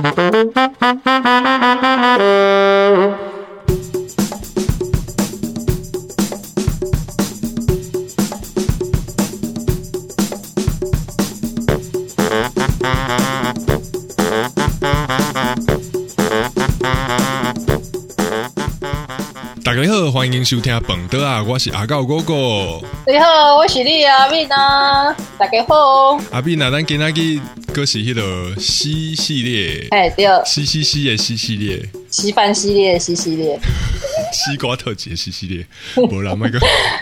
大家好，欢迎收听《饭桌啊》，我是阿狗哥哥。 你好，我是你阿敏啊。大家好， 阿敏啊，咱今仔日搁是迄个西系列， 对， 西的西系列， 稀饭系列的西系列， 西瓜特辑的西系列，无啦，那个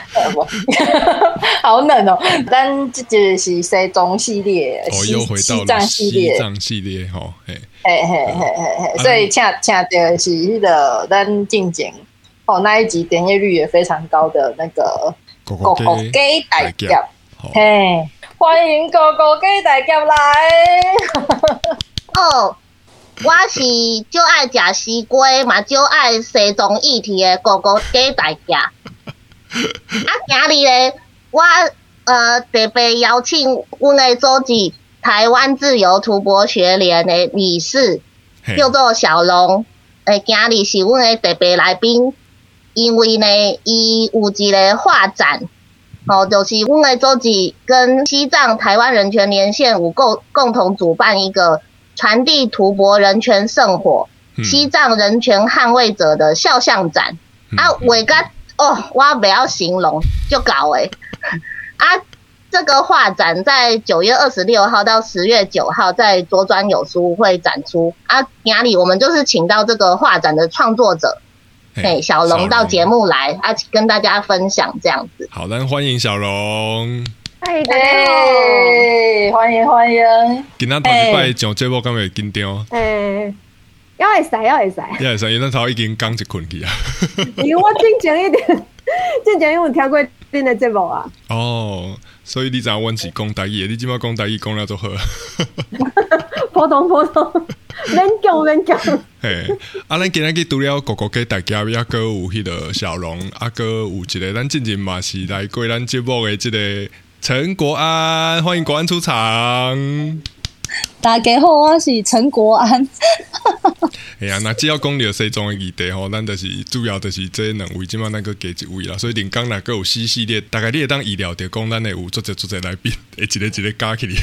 好冷哦。咱这个是西装系列， 又回到了西藏系列吼，嘿， 所以请的是迄个咱进前。那一集点阅率也非常高的那个狗狗鸡大夹，嘿，欢迎狗狗鸡大夹来。 哦，我是就爱吃西瓜，嘛就爱西装议题的狗狗鸡大夹。今日咧，我特别邀请阮的组织台湾自由图博学联的理事，叫做小龙。今日是阮的特别来宾。因为呢，伊有一个画展，就是阮的组织跟西藏台湾人权连线有共同主办一个传递图博人权圣火，西藏人权捍卫者的肖像展。画甲我不要形容，就搞这个画展在9月26号到10月9号在卓专有书会展出。今日我们就是请到这个画展的创作者。小龙到节目来跟大家分享这样子。 好，咱欢迎小龙。 嗨，大家好，欢迎。 今仔头一摆上节目，敢会紧张？ 要会使， 因为咱头已经刚一困去啊。 因为我进前因为听过恁的节目啊。 哦，所以你知影阮是讲台语的，你即摆讲台语讲了就好。 普通，免讲。 嘿，咱今日除了狗狗鸡大家，也搁有迄个小龙，搁有一个咱进前嘛是来过咱节目的这个陈国安，欢迎国安出场。 大家好，我是陈国安。 哎呀，那只要讲到西装的议题吼，咱就是主要就是这两位，即摆咱搁加一位啦，所以连刚若搁有4系列，大概你会当意料着讲咱会有足侪来宾，会一个加起哩。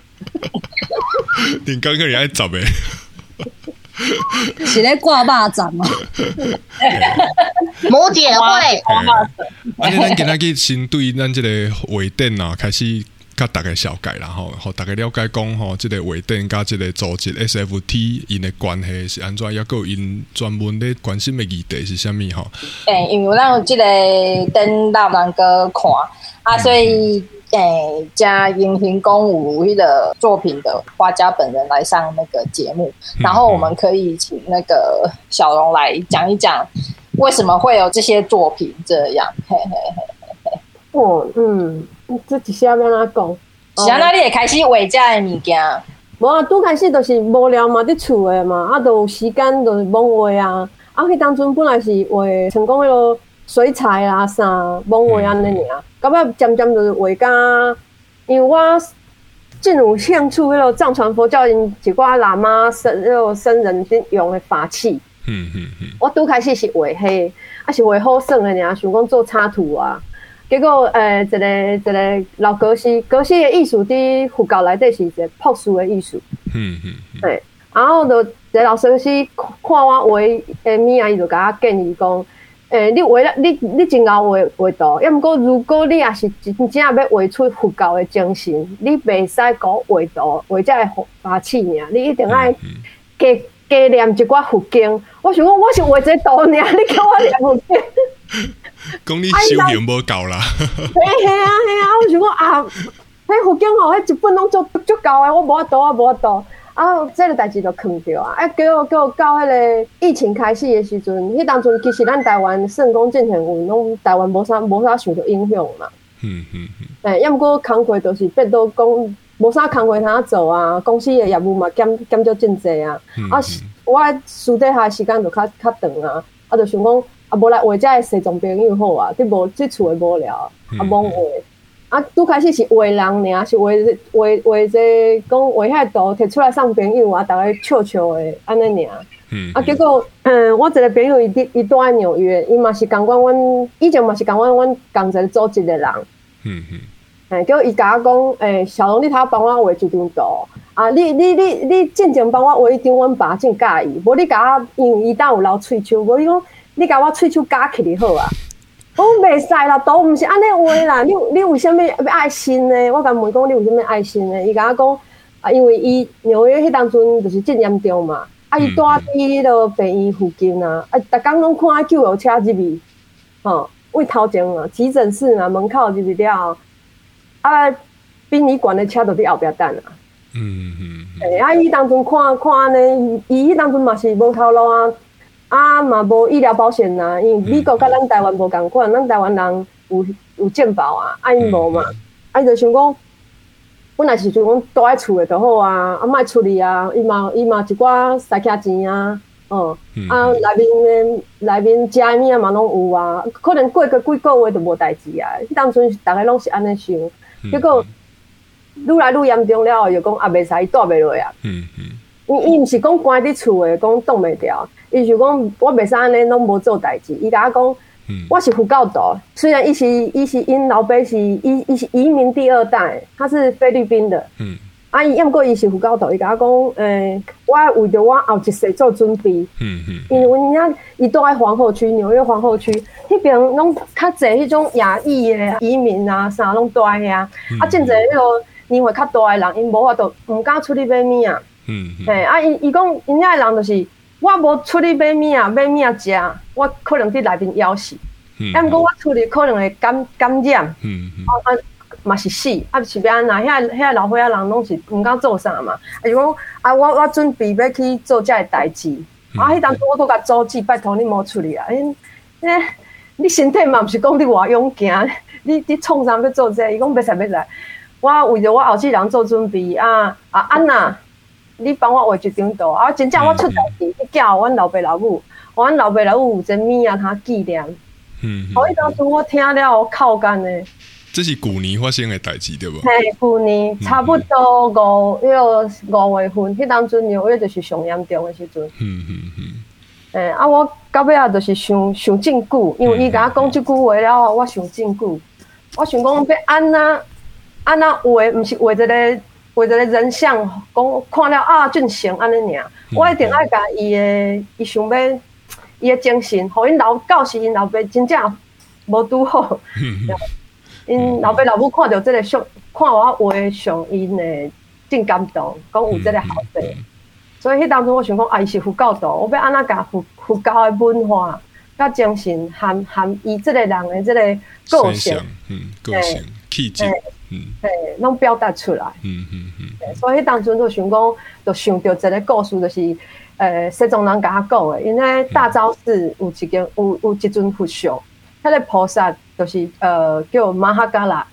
连刚可能爱10个。 是咧挂肉粽吗？ 母姐会。 咱今仔日先对咱这个画展啊，开始甲大家了解啦吼，互大家了解讲吼，这个画展甲这个组织 SFT 因的关系是安怎，也有因专门咧关心的议题是啥物吼？ 因为咱有这个展让人个看所以。加迎行公舞迄个作品的画家本人来上那个节目，然后我们可以请那个小龙来讲一讲为什么会有这些作品这样。 这一下要安怎讲？ 是安怎你会开始画这的物件？ 无啊，拄开始就是无聊嘛，伫厝诶嘛，就有时间就是罔画啊。迄当阵本来是画成功迄落水彩啦啥，罔画安尼尔。到尾渐渐就是画甲，因为我真有兴趣迄个藏传佛教因一寡喇嘛僧人用的法器。我拄开始是画迄，是画好耍的尔，想讲做插图啊。结果一个老格西的艺术伫佛教内底是一个朴素的艺术。对，然后就一个老师看我画的物啊，伊就甲我建议讲。你画你真够画图，要毋过如果你也是真正要画出佛教的精神，你袂使讲画图，画这个法器尔，你一定要加念一寡佛经。我想讲，我是画一个图尔，你叫我念佛经， 讲你修行无够啦。 嘿啊，我想讲迄佛经吼，迄一本拢足够诶，我无法度。这个代志就藏着啊！结果到迄个疫情开始的时阵，迄当阵其实咱台湾圣公进行有拢台湾无啥受到影响嘛。要毋过工课就是变到讲无啥工课通做啊，公司的业务嘛减少真侪啊。我私底下时间就较长啊，就想讲无来画遮个西藏朋友好啊，即厝诶无聊，罔画。 啊，拄开始是画人尔，是画这讲画遐图摕出来送朋友啊，大家笑笑的安尼尔。啊，结果我一个朋友伊住在纽约，伊嘛是共阮以前嘛是共阮共一个组织的人。叫伊甲我讲，小龙，你头帮我画一张图啊！你进前帮我画一张，阮爸真介意。无你甲我，因为伊当有留喙鬚，无你讲你甲我喙鬚夹起就好啊。我袂使啦，图毋是安尼画啦。你为虾米要爱心呢？我甲问讲你为虾米爱心呢？伊甲我讲啊，因为伊纽约迄当阵就是真严重嘛。啊，伊住伫迄个病院附近啊，逐工拢看救护车入去，为头前啊，急诊室啊，门口入去了，啊，殡仪馆的车就伫后壁等啊。啊，伊当阵看安尼，伊迄当阵嘛是无头路啊。啊，嘛无医疗保险呐，因为美国甲咱台湾无共款，咱台湾人有健保啊，啊伊无嘛，啊伊就想讲，本来是想讲住喺厝诶就好啊，啊莫出去啊，伊嘛一寡塞卡钱啊，啊内面食诶物啊嘛拢有啊，可能过个几个月就无代志啊，迄当阵逐个拢是安尼想，结果愈来愈严重了，就讲啊袂使，伊住袂落啊。伊毋是讲关伫厝诶，讲挡袂牢。伊就讲我袂使安尼拢无做代志。伊甲我讲，我是胡教导，虽然伊是因老爸是伊是移民第二代，他是菲律宾的。啊，伊毋过伊是胡教导，伊甲我讲，我为着我后一世做准备。因为伊住在皇后区，纽约皇后区迄边拢较济迄种亚裔诶移民啊，啥拢住喺遐。啊，真济迄个年岁较大诶人，因无法度毋敢出去买物啊。啊，伊讲因遐人就是我无出去买物啊食，我可能伫内面枵死。毋过我出去可能会感染，嘛是死，啊是要安那？遐老岁仔人拢是毋敢做啥嘛。啊就讲啊，我准备要去做遮个代志，啊，迄当时我都甲阻止，拜托你莫出去啊！你身体嘛毋是讲你偌勇行，你创啥要做这？伊讲袂使，我为着我后世人做准备啊安那。你帮我画一张图啊！真正我出代志，去叫阮老爸老母，阮老爸老母有一物啊，他纪念。所以当初我听了哭干呢。 这是旧年发生的代志对无？ 嘿，旧年差不多5月份，迄当阵纽约就是上严重的时阵。啊，我到尾啊，就是想真久，因为伊甲我讲即句话了后，我想真久。我想讲要安那画，毋是画一个人像，讲看了啊，俊成安尼尔。我一定爱甲伊想要伊的精神，互因到时因老爸真正无拄好。因老爸老母看到这个相，看我画相，因会真感动，讲有这个后辈。所以迄当中我想讲，伊是佛教徒，我要安怎甲佛教的文化、甲精神含伊这个人的这个个性， 个性气质。 拢表达出来。所以当阵就想讲，就想到一个故事，就是西藏人甲我讲的，因为大昭寺有一尊佛像，迄个菩萨就是叫马哈嘎拉。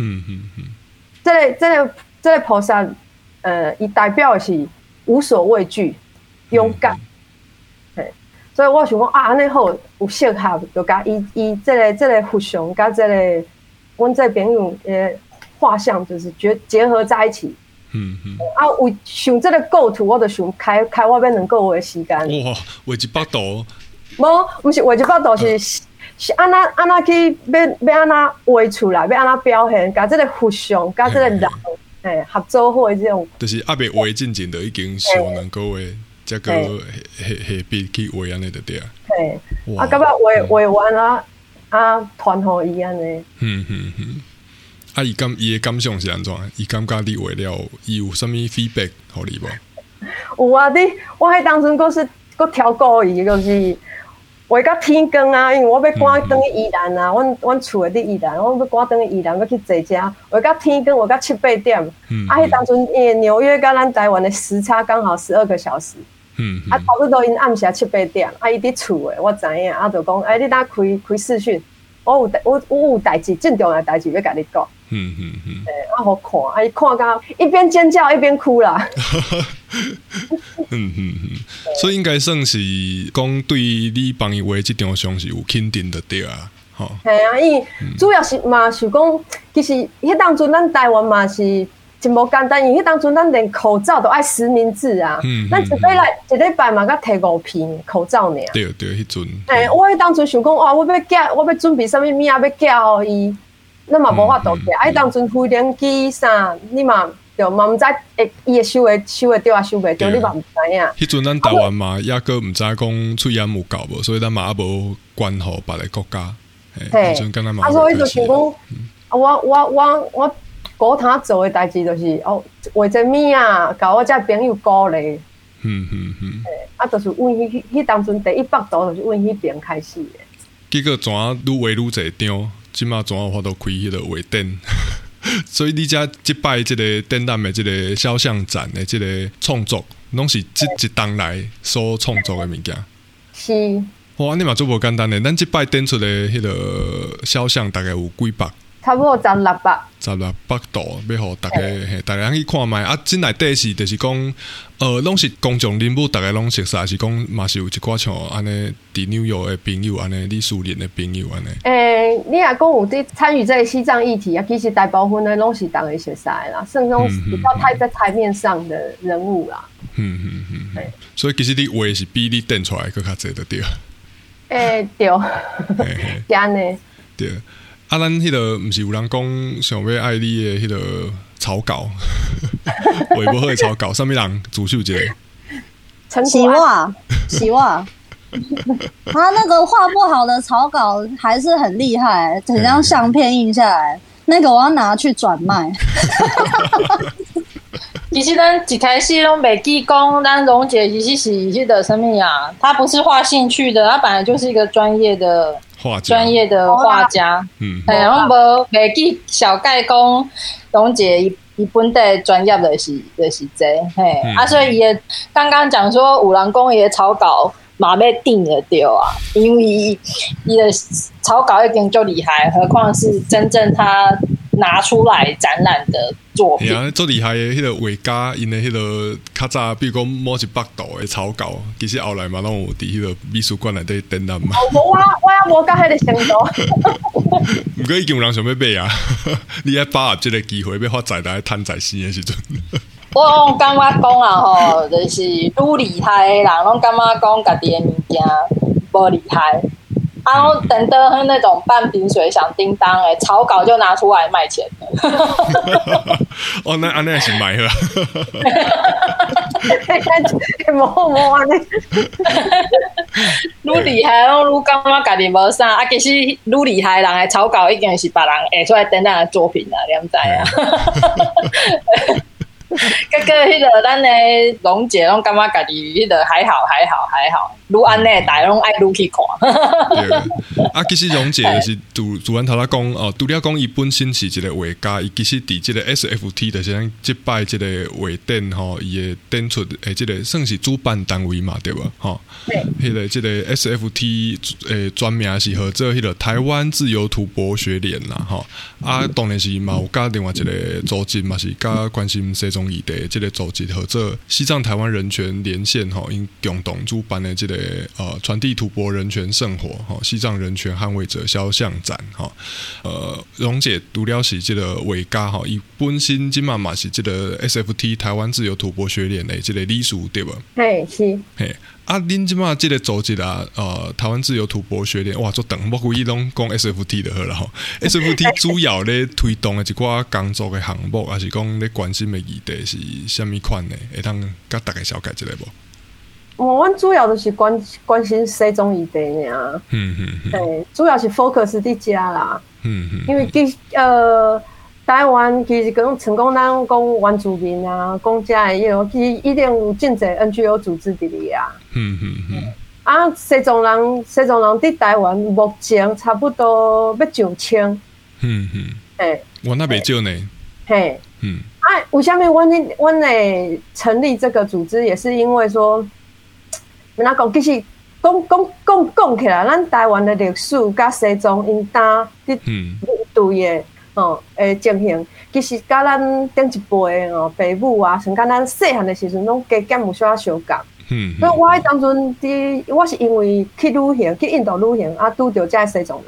这个菩萨伊代表的是无所畏惧、勇敢。所以我想讲啊，安尼好有适合，就甲伊这个佛像甲这个阮这朋友画像就是结合在一起。啊，为想这个构图，我就想开我要2个月的时间。 哇，画100图？ 无，毋是画100图，是安那去要安那画出来，要安那表现，甲这个佛像，甲这个人，合作好的这种。 就是还没画进前，就已经想2个月，再个下笔去画安尼就对啊。 啊，到尾画完啊，传互伊安尼。 啊，伊的感想是安怎？伊感觉你画了，伊有啥物 feedback 互你无？ 有啊，我迄当阵佫挑故意，就是画到天光啊，因为我要赶转去宜兰啊，阮厝伫宜兰，我要赶转去宜兰，要去坐车，画到天光，画到7、8点。啊，迄当阵因为纽约甲咱台湾的时差刚好12个小时。啊，差不多因暗时7、8点，啊，伊伫厝诶，我知影，啊，就讲，你当开视讯，我有代志，正重要代志要甲你讲。啊，好看，啊，伊看到一边尖叫一边哭啦。 所以应该算是讲对你帮伊画这张相是有肯定的对啊。 吼。 系啊，因为主要是嘛，想讲，其实迄当阵咱台湾嘛是真无简单，因为迄当阵咱连口罩都爱实名制啊。咱一礼拜嘛，甲摕5片口罩尔。 对，迄阵。 我迄当阵想讲，哇，我要准备啥物物啊，要寄互伊，咱嘛无法度寄。迄当阵飞行机啥，你嘛就嘛毋知伊会收会着啊，收袂着，你嘛毋知影。 迄阵咱台湾嘛，抑个毋知讲喙炎有够无，所以咱嘛也无关乎别个国家。迄阵敢若嘛。 所以就想讲，我古他做的代志就是画这物啊，甲我这朋友鼓励。就是阮迄当阵第一幅图就是阮迄边开始的。 结果怎啊愈画愈侪张，即马怎有法度开迄个画展？所以你遮即摆即个展览的即个肖像展的即个创作，拢是即一当来所创作的物件。 是。 哇，你嘛做无简单的，咱即摆展出的迄个肖像大概有几百？ 差不多1600。 1600度，要互大家大家去看卖啊！真内底是就是讲，拢是公众人物，大家拢熟悉，是讲嘛是有一寡像安尼伫纽约的朋友，安尼李淑莲的朋友安尼。 你若讲有伫参与这个西藏议题啊，其实大部分的拢是大家熟悉的啦，算种比较在台面上的人物啦。 所以其实你画是比你展出来更较济的对。 对，是安尼。 对。啊，咱迄个毋是有人讲想要爱你的迄个草稿，画不好的草稿，啥物人自首一个？ 希望，他那个画不好的草稿还是很厉害，很像相片印下来，那个我要拿去转卖。 其实咱一开始拢袂记讲，咱蓉姐其实是迄个什么呀？她不是画兴趣的，她本来就是一个专业的画家。然后袂记小概讲，蓉姐伊本地专业就是这，所以伊刚刚讲说有人讲伊的草稿嘛要定的对啊，因为伊的草稿已经就厉害，何况是真正他拿出来展览的作品。 最厉害的迄个画家，因的迄个较早，比如讲某100度的草稿，其实后来嘛拢有伫迄个美术馆内底展览嘛。 我也无到迄个程度。 毋过已经有人想要买啊！你爱把握这个机会，要发财来趁财神的时阵。 我感觉讲啊吼，就是愈厉害的人，拢感觉讲家己的物件无厉害。然后等到那种半瓶水响叮当草稿就拿出来卖钱了。 那安尼是卖了。 无安尼。 愈厉害，拢愈感觉家己无啥，其实愈厉害的人的草稿已经是别人画出来展览的作品啦，你知啊？个迄个咱的蓉姐拢感觉家己迄个还好，愈安尼大家拢爱愈去看。 对，其实蓉姐就是主安头仔讲除了讲伊本身是一个画家，伊其实伫即个 SFT 就是咱即摆即个画展吼，伊会展出即个算是主办单位嘛，对无吼？迄个即个 SFT 专名是合做迄个台湾自由土博学联啦吼。当然是嘛有甲另外一个组织嘛是甲关心西藏议题即个组织合作西藏台湾人权连线吼，因共同主办的即个传递土博人权圣火吼，西藏人权捍卫者肖像展吼。蓉姐除了是即个画家吼，伊本身即嘛是即个 SFT 台湾自由土博学联的即个理事对无？ 嘿，是。 嘿。恁即马即个组织啊，台湾自由土博学联，哇，做长，我估计拢讲 SFT 就好了吼。SFT 主要咧推动的一寡工作的项目，还是讲咧关心的议题是虾米款的？会当甲大家了解一下无？ 阮主要就是关心西藏议题尔。主要是 focus 伫遮啦。因为台湾其实讲成功，咱讲原住民啊，讲遮的迄种，其实一定有真侪 NGO 组织伫里啊。西藏人伫台湾目前差不多要9000。 我那袂少呢。 为什么阮会成立这个组织，也是因为说，哪讲其实讲起来，咱台湾的历史甲西藏因搭伫对的情形，其实甲咱顶一辈父母啊，像甲咱细汉的时阵，拢加减有小相共。所以我迄当阵我是因为去旅行，去印度旅行拄着遮西藏人，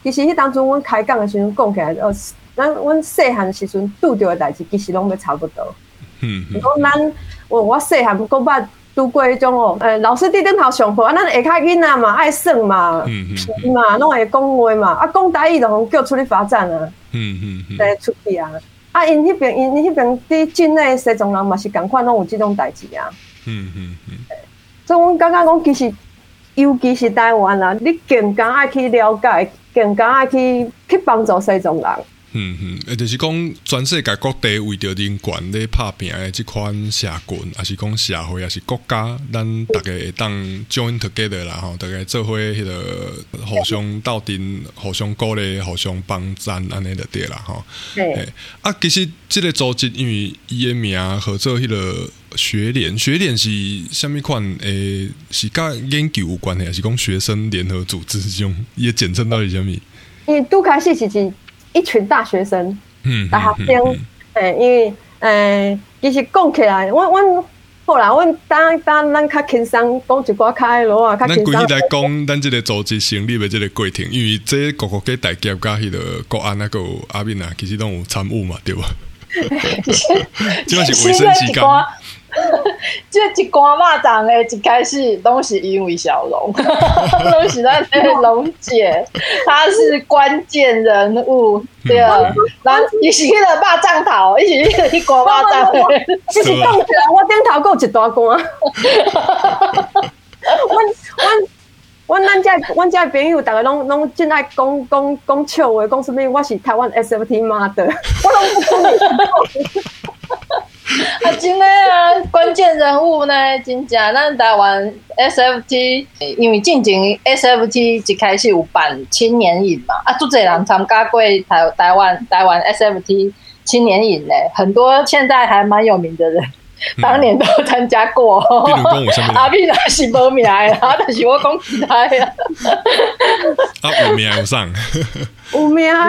其实迄当阵阮开讲的时阵讲起来，阮细汉时阵拄着的代志，其实拢要差不多。讲咱我细汉搁捌拄过迄种哦，老师伫顶头上课，咱下骹囡仔嘛爱耍嘛，皮嘛，拢会讲话嘛，啊讲台语就互叫出去罚站啊，出去啊。啊，因迄边伫境内西藏人嘛是共款，拢有即种代志啊。所以阮感觉讲，其实尤其是台湾啦，你更加爱去了解，更加爱去帮助西藏人。 就是讲全世界各地为着人权咧拍拼的即款社群，还是讲社会，还是国家，咱大家会当 join together 啦吼，大家做伙迄个互相斗阵、互相鼓励、互相帮赞，安尼就对啦吼。啊，其实即个组织，因为伊的名号做迄个学联，学联是虾米款？是甲研究有关系，还是讲学生联合组织这种？伊的简称到底是虾米？ 因为拄开始是一群大学生，大学生，因为其实讲起来，阮好啦，阮当咱较轻松，讲一寡较路啊，较轻松。 咱规日来讲，咱即个组织成立的即个过程，因为这各国嘅大家甲迄个国安那个阿敏啊，其实拢有参与嘛，对吧？即是卫生时间。 这一竿肉粽的一开始都是因为小龙，都是咱的龙姐，她是关键人物，对啊，然后伊是迄个肉粽头，伊是迄个竿肉粽， 其实讲起来，我顶头还有一大竿。阮遮朋友，大家拢真爱讲笑话，讲什么？我是台湾 SFT 妈的，我拢不讲你。 啊，真的啊，关键人物呢，真正咱台湾 SFT， 因为进前 SFT 一开始有办青年营嘛，啊，足侪人参加过台湾 SFT 青年营呢，很多现在还蛮有名的人。当年都参加过， 比如讲有啥物？ 阿扁是无名的啦，但是我讲其他的。 有名有上， 有名啊！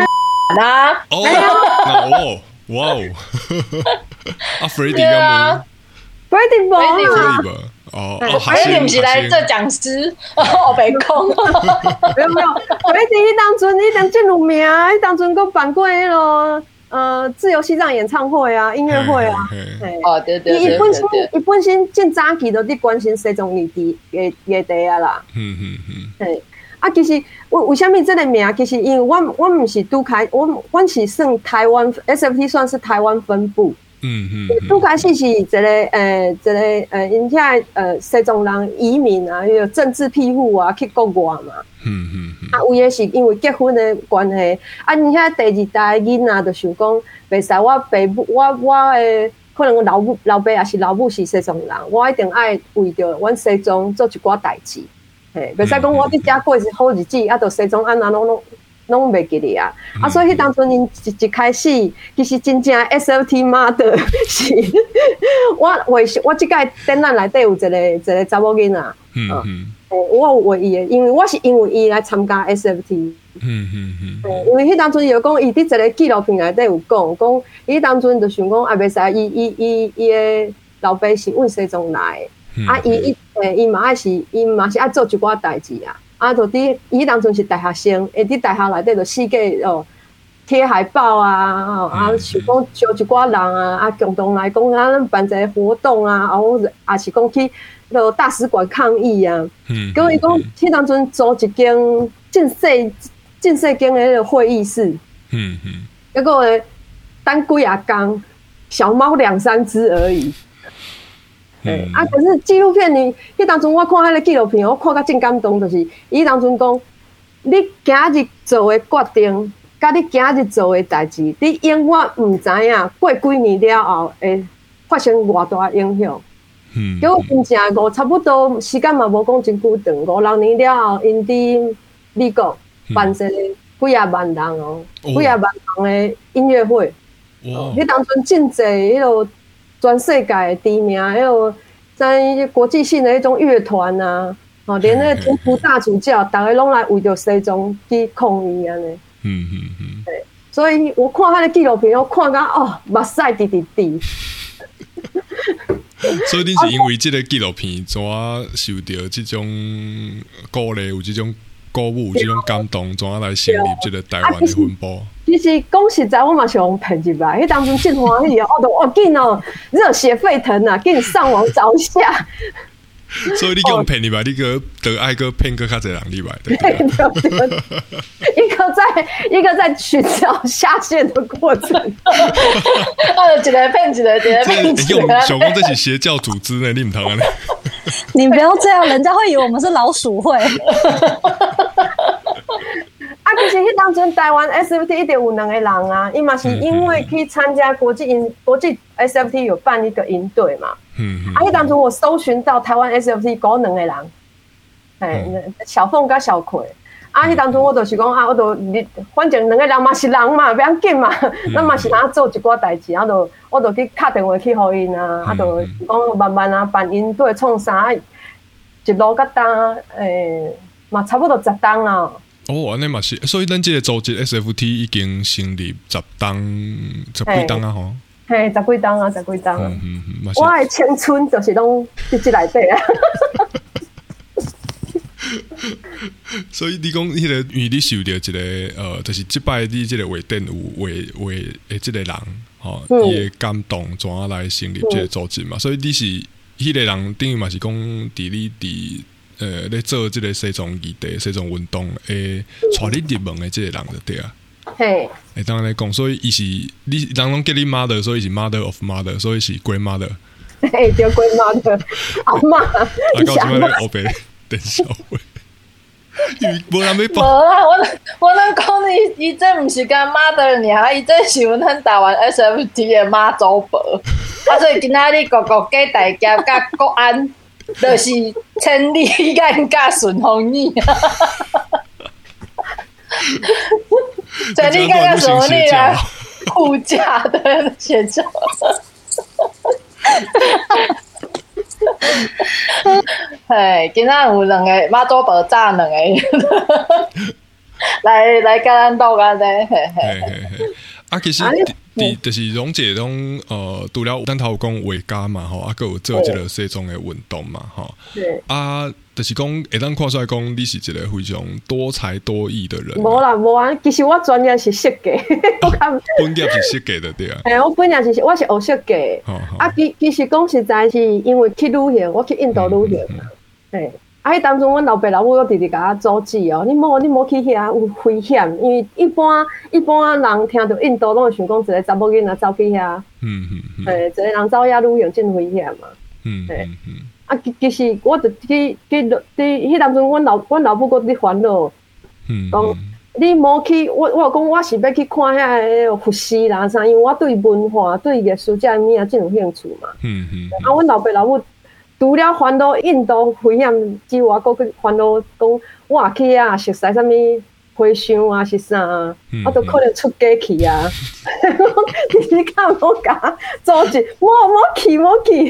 哇哦！啊 ，Freddie 有冇 ？Freddie 冇吧？ Freddie 不是来做讲师，我没讲。 没有，Freddie 迄当真有名，迄当阵佫办过迄个。自由西藏演唱会啊，音乐会啊， 对， 伊本身真早期就伫关心西藏议题啊啦，啊，其实为什么这个名？其实因为我不是拄开，我是算台湾 SFT 算是台湾分部，拄开始是一个因遐西藏人移民啊，有政治庇护啊，去国外嘛。啊，有诶是因为结婚的关系，啊，而且第二代囡仔就想讲，袂使我爸母，我诶可能老爸也是老母是西藏人，我一定爱为着阮西藏做一寡代志，袂使讲我伫遮过是好日子，啊，到西藏安那拢袂记哩啊，啊，所以迄当阵因一开始其实真正 SFT 妈的是，我即届展览内底有一个查某囡仔，我有为伊的，因为我是因为伊来参加 SFT。因为迄当阵有讲，伊伫一个纪录片内底有讲，伊当阵就想讲，啊，袂使伊的老爸是为西藏来的，啊，伊嘛爱是，伊嘛是爱做一寡代志啊，啊，就伫伊当阵是大学生，会伫大学内底就四界贴海报啊，想讲招一寡人啊，共同来讲，咱办一个活动啊，也是讲去。就大使馆抗议啊！跟伊讲，迄当阵租一间真细间的迄个会议室，结果呢，等几啊工，小猫2-3只而已。可是纪录片呢，迄当阵我看迄个纪录片，我看到真感动，就是伊当阵讲，你今日做的决定，甲你今日做的代志，你永远唔知影过几年了后会发生偌大影响。结果真正差不多时间嘛无讲真久长，5-6年了后，因伫美国办一个几啊万人几啊万人的音乐会。迄当阵真济迄个全世界的知名迄个在国际性的迄种乐团啊，连那个天竺大主教，大家拢来为着西藏去抗议安尼。对，所以我看他的纪录片，我看到目屎滴滴。 所以你是因为这个纪录片，怎受到这种鼓励，有这种鼓舞、这种感动，怎啊来成立这个台湾的分部？ 其实讲实在，我嘛是用骗入来，迄当中真欢喜哦，我都哇紧哦，热血沸腾啊，紧上网找一下。 所以你用骗入来，你个得爱个骗个较侪人入来，对不对？ 一个在寻找下线的过程， 一个骗一个，一个骗一个。 小公这是邪教组织呢，你唔通啊？ 你不要这样，人家会以为我们是老鼠会。 啊，其实迄当阵台湾 SFT 一定有2个人啊，伊嘛是因为去参加国际 SFT 有办一个营队嘛，啊，迄当阵我搜寻到台湾 SFT 嗰2个人，小凤跟小葵，啊，迄当阵我就是讲啊，反正2个人嘛是人嘛，不要紧嘛，咱嘛是哪做一寡代志，啊，我就去打电话去互因啊，啊，就讲慢慢啊办营队创啥，一路到当嘛差不多10档啊。 哦，安尼嘛是，所以咱这个组织 SFT 已经成立10几档啊吼。 嘿，10几档啊。我的青春就是拢伫这内底啊。 所以你讲迄个，因为你受到一个就是即摆你这个画展有画的这个人，吼，伊的感动怎啊来成立这个组织嘛？所以你是迄个人，等于嘛是讲伫你伫。咧做即个西藏议题、西藏运动诶，带你入门诶，即个人就对啊。 嘿， 诶，当然来讲，所以伊是你人拢叫你 mother， 所以是 mother of mother， 所以是 grandmother。 嘿，叫 grandmother， 阿嬷。 啊，到即摆咧黑白电小会，因为无人要报。 无啦，我能讲伊这毋是干 mother 尔，伊这是阮咱台湾 SFT 诶妈祖婆。啊，所以今仔日个给大家甲国安。就是千里眼甲顺风耳，千里眼甲顺风耳啊，护驾的邪教。嘿，今仔有2个妈祖婆炸2个，来甲咱斗安尼，嘿嘿。 啊，其实就是蓉姐拢除了咱头讲画家嘛吼，啊，佮有做即个西藏的运动嘛吼，啊，就是讲会当看出来讲，你是一个非常多才多艺的人。 无啦，无啊，其实我专业是设计， 本业是设计的对啊。 我本业我是学设计，啊，其实讲实在是因为去旅行，我去印度旅行嘛，啊！迄当中，阮老爸老母都直直甲我阻止哦，你莫去遐有危险，因为一般人听到印度拢会想讲一个查某囡仔走去遐，一个人走遐旅行真危险嘛，啊，其实我就去迄当中，阮老母搁伫烦恼，讲你莫去，我讲我是要去看遐佛寺啦啥，因为我对文化、对艺术这物啊真有兴趣嘛，啊，阮老爸老母。除了烦恼印度危险之外，佫去烦恼讲我去啊，熟悉啥物花香啊是啥啊，我都可能出家去啊。你看我甲阻止，莫去。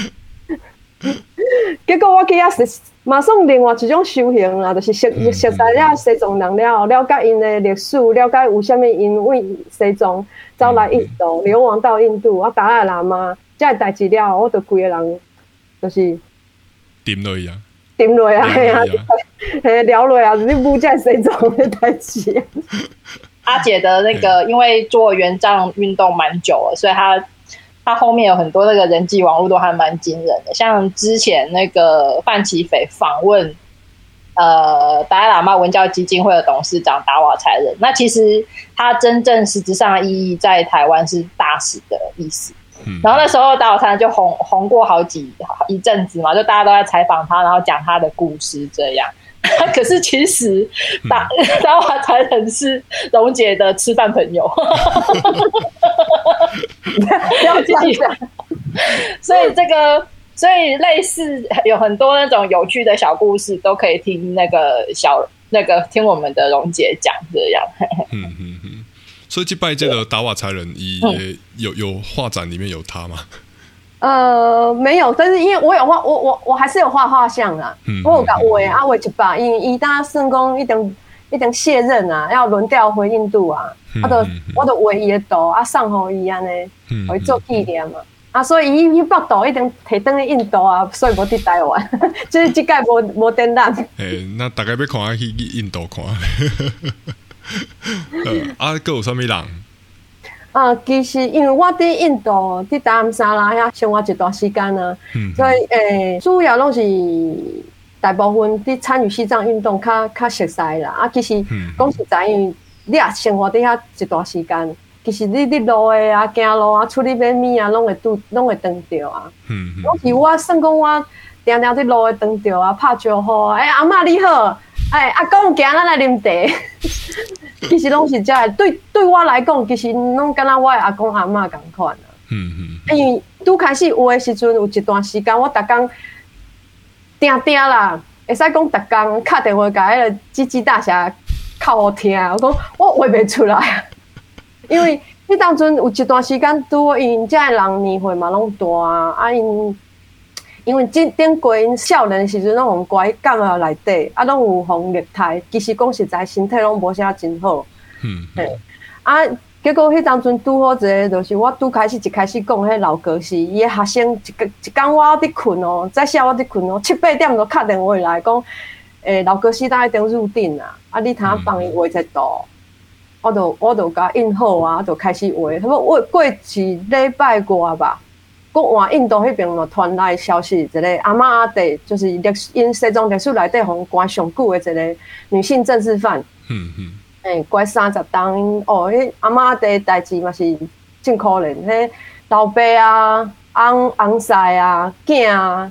结果我去啊，马上另外一种修行啊，就是熟悉了西藏人了，了解因的历史，了解有啥物因为西藏走来印度，流亡到印度，啊，达赖喇嘛这代志了，我就规个人。就是沉落去啊， 嘿啊，聊落啊，你不在西藏的代志。 阿姐的那个，因为做原藏运动蛮久了，所以她后面有很多那个人际网络都还蛮惊人的。像之前那个范琪斐访问达赖喇嘛文教基金会的董事长达瓦才仁，那其实他真正实质上的意义在台湾是大使的意思。然后那时候达瓦才仁就红过一阵子嘛，就大家都在采访他，然后讲他的故事这样。可是其实达瓦才仁是蓉姐的吃饭朋友，不要这样讲。所以类似有很多那种有趣的小故事，都可以听那个听我们的蓉姐讲这样。 所以这摆这个达瓦才仁有画展里面有他吗？ 没有，但是因为我有画，我还是有画像啦。我有甲画啊，画一把，因为伊当算讲一定卸任啊，要轮调回印度啊，我就画伊的图啊，送互伊安尼，互伊做纪念嘛。 啊，所以伊去北岛一定摕转去印度啊，所以无伫台湾，就是即届无展览。 那大概要看去印度看。还有啥物人？ 其实因为我伫印度伫达兰萨拉遐生活一段时间啊，所以主要拢是大部分伫参与西藏运动较熟悉啦。啊，其实讲实在，因为你也生活伫遐一段时间，其实你路的啊、行路啊、处理买物啊，拢会撞着啊。拢是我算讲我定伫路会撞着啊，拍招呼，阿嬷你好，阿公行咱来啉茶。其实拢是这样，对我来讲，其实拢敢若我的阿公阿嬷同款啊。因为拄开始有的时阵，有一段时间我逐工定啦，会使讲逐工敲电话甲迄个叽叽大侠哭互听，我讲我话袂出来，因为迄当阵有一段时间拄因遮人年岁嘛拢大啊，因为顶过因少年的时阵，拢互关监啊内底，啊，拢有互虐待。其实讲实在，身体拢无啥真好。结果迄当阵拄好一个，就是我拄开始讲迄老歌是伊的学生，一工我伫困哦，再写我伫困哦，7、8点就敲电话来讲，老歌是当一定入定啊，你通帮伊画一图，我就甲印好啊，就开始画，差不多过一礼拜外吧。国换印度迄边嘛传来消息，一个阿妈阿弟，就是因西藏历史内底互关上久的一个女性政治犯。关30冬哦，迄阿妈阿弟代志嘛是真可怜，迄老爸啊、翁婿啊、囝啊，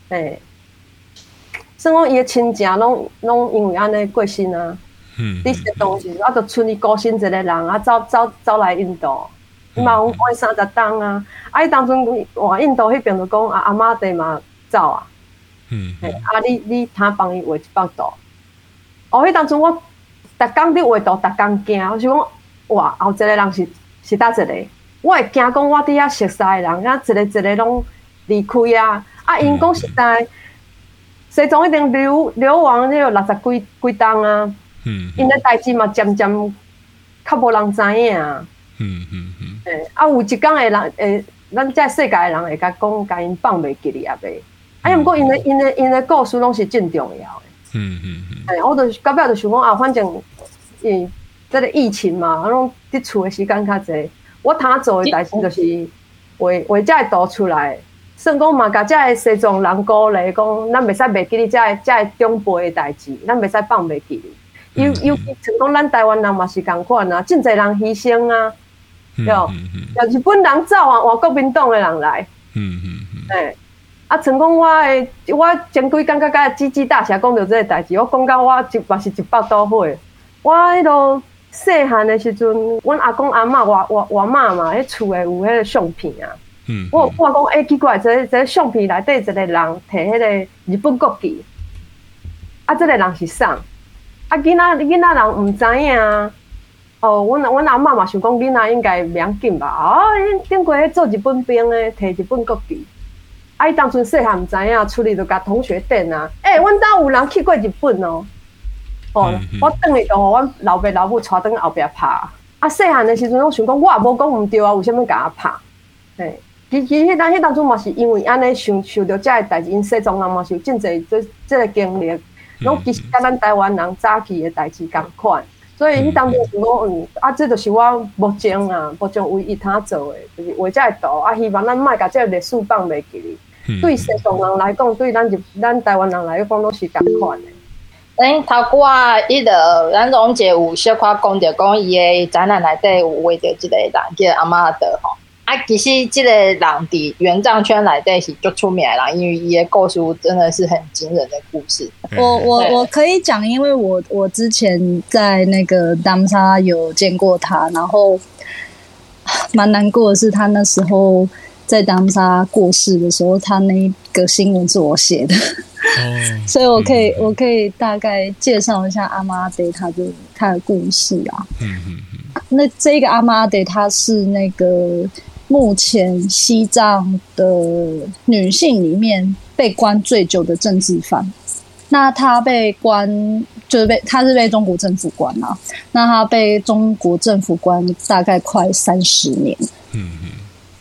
算讲伊的亲情拢因为安尼过身啊。你西藏时，就剩伊孤身一个人啊，走来印度。嘛有关30冬啊，伊当阵换印度迄边就讲阿妈弟嘛走啊，你通帮伊画一幅图。迄当阵我逐工伫画图，逐工惊，我想讲哇，后一个人是倒一个，我会惊讲我伫遐熟悉的人，一个拢离开啊。因讲实在，西藏一定流亡迄个60几冬啊，因的代志嘛渐渐较无人知影啊。有一天的人，咱这世界的人会甲讲，甲因放袂记哩也袂。毋过因的故事拢是真重要的。我就到尾就想讲反正这个疫情嘛，拢伫厝的时间较济，我通做的代志就是画这图出来，算讲嘛，甲这个西藏人鼓励讲，咱袂使袂记哩这个长辈的代志，咱袂使放袂记哩。尤其像讲咱台湾人嘛是共款啊，真侪人牺牲啊。日本人走啊，换国民党的人来。像讲我前几天甲叽叽大侠讲到这个代志，我讲到我嘛是一百多岁。我迄落细汉的时阵，阮阿公阿嬷我妈嘛，迄厝诶有迄个相片啊。我讲奇怪，这个相片内底一个人摕迄个日本国旗，这个人是啥？囡仔人毋知影啊。阮阿嬷嘛想讲囡仔应该袂要紧吧？顶过做日本兵诶，摕日本国旗。伊当阵细汉毋知影，出去就甲同学电啊。阮兜有人去过日本哦。我转去就互阮老爸老母带转后壁拍。细汉的时阵，我想讲，我也无讲毋对啊，为什么甲我拍？其实迄当阵嘛是因为安尼受到这个代志，因西藏人嘛是有真侪这个经历，拢其实甲咱台湾人早期的代志共款。所以迄当阵想讲，这就是我目前唯一通做的，就是画这个图，希望咱莫甲这个历史放袂记哩。对西藏人来讲，对咱台湾人来讲，拢是共款的。 头拄迄个咱蓉姐有小可讲着讲伊的展览内底有画着一个人叫阿妈德吼。其实这个人伫原藏圈内底是足出名的人，因为伊的故事真的是很惊人的故事。 我可以讲，因为我之前在那个达萨有见过他，然后蛮难过的是，他那时候在达萨过世的时候，他那个新闻是我写的。所以我可以大概介绍一下阿妈德他的故事啊。那这个阿妈德他是那个目前西藏的女性里面被关最久的政治犯。那他被关他是被中国政府关啊。那他被中国政府关大概快30年。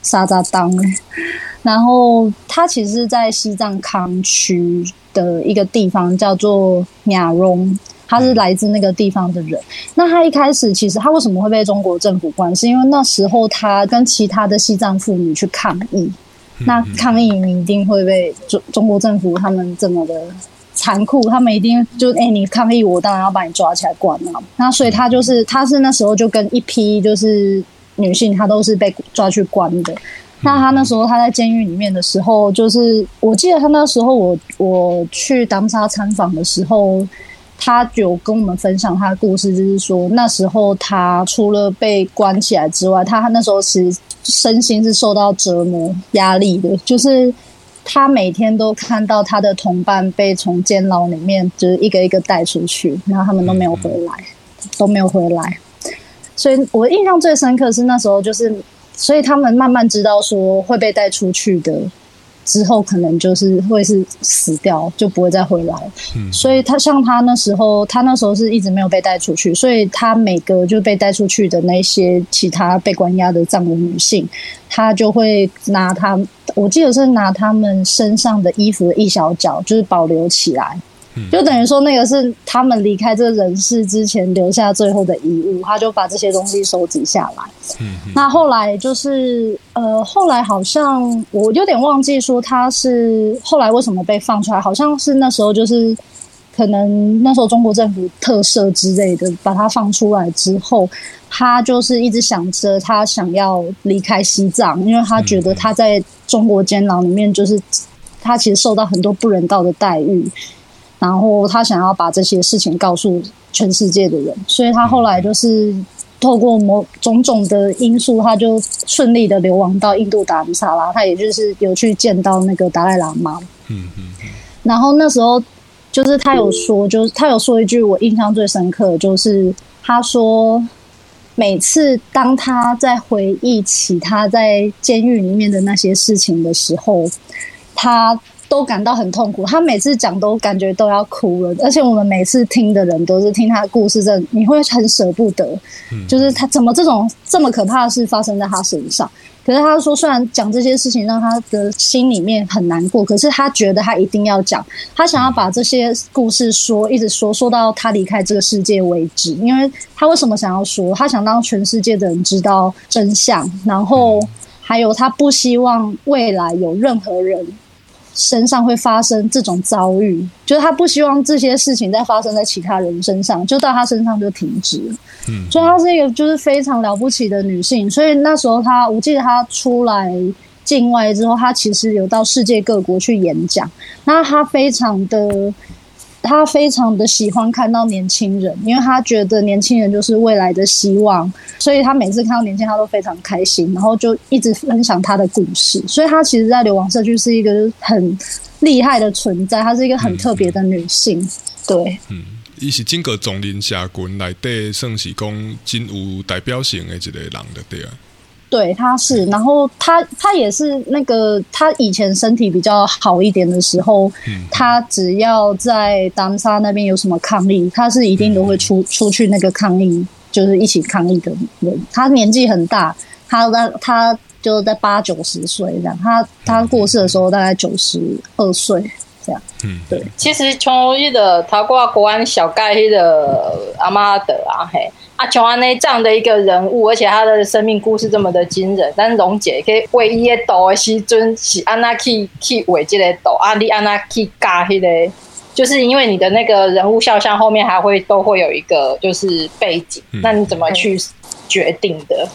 沙扎当。然后他其实是在西藏康区的一个地方叫做雅荣，他是来自那个地方的人。那他一开始其实他为什么会被中国政府关，是因为那时候他跟其他的西藏妇女去抗议，那抗议你一定会被中国政府他们这么的残酷，他们一定就你抗议我当然要把你抓起来关啊。那所以他是那时候就跟一批就是女性，她都是被抓去关的。那他那时候他在监狱里面的时候，就是我记得他那时候我去达沙参访的时候，他有跟我们分享他的故事，就是说那时候他除了被关起来之外，他那时候是身心是受到折磨压力的，就是他每天都看到他的同伴被从监牢里面就是一个一个带出去，然后他们都没有回来，所以我印象最深刻是那时候就是所以他们慢慢知道说会被带出去的之后可能就是会是死掉，就不会再回来。所以他那时候是一直没有被带出去，所以他每个就被带出去的那些其他被关押的藏人女性，他就会我记得是拿他们身上的衣服的一小角就是保留起来，就等于说那个是他们离开这个人世之前留下最后的遗物，他就把这些东西收集下来。那后来就是后来好像我有点忘记说他是后来为什么被放出来，好像是那时候就是可能那时候中国政府特赦之类的把他放出来之后，他就是一直想着他想要离开西藏，因为他觉得他在中国监牢里面就是他其实受到很多不人道的待遇，然后他想要把这些事情告诉全世界的人，所以他后来就是透过种种的因素，他就顺利的流亡到印度达兰萨拉，他也就是有去见到那个达赖喇嘛。然后那时候就是他有说一句我印象最深刻的，就是他说每次当他在回忆起他在监狱里面的那些事情的时候，他都感到很痛苦，他每次讲都感觉都要哭了，而且我们每次听的人都是听他的故事，真的你会很舍不得，就是他怎么这么可怕的事发生在他身上。可是他说虽然讲这些事情让他的心里面很难过，可是他觉得他一定要讲，他想要把这些故事一直说到他离开这个世界为止。因为他为什么想要说，他想让全世界的人知道真相，然后还有他不希望未来有任何人身上会发生这种遭遇，就是他不希望这些事情再发生在其他人身上，就到他身上就停止了。所以她是一个就是非常了不起的女性。所以那时候我记得她出来境外之后，她其实有到世界各国去演讲。那她非常的喜欢看到年轻人，因为她觉得年轻人就是未来的希望，所以她每次看到年轻人她都非常开心，然后就一直分享她的故事。所以她其实在流亡社区是一个很厉害的存在，她是一个很特别的女性。对， 伊是整个丛林社群内底算是讲真有代表性的一个人就对啊。 对，他是，然后他也是那个，他以前身体比较好一点的时候，他只要在达姆沙那边有什么抗议，他是一定都会出去那个抗议，就是一起抗议的人。他年纪很大，他就在80-90岁这样，他过世的时候大概92岁这样。对。 其实像那个透过国安小盖那个阿妈的嘿。像安尼这样的一个人物，而且他的生命故事这么的惊人，但是蓉姐可以为伊的岛的时阵是安那去为这个岛你安那去加那个，就是因为你的那个人物肖像后面都会有一个就是背景，那你怎么去决定的？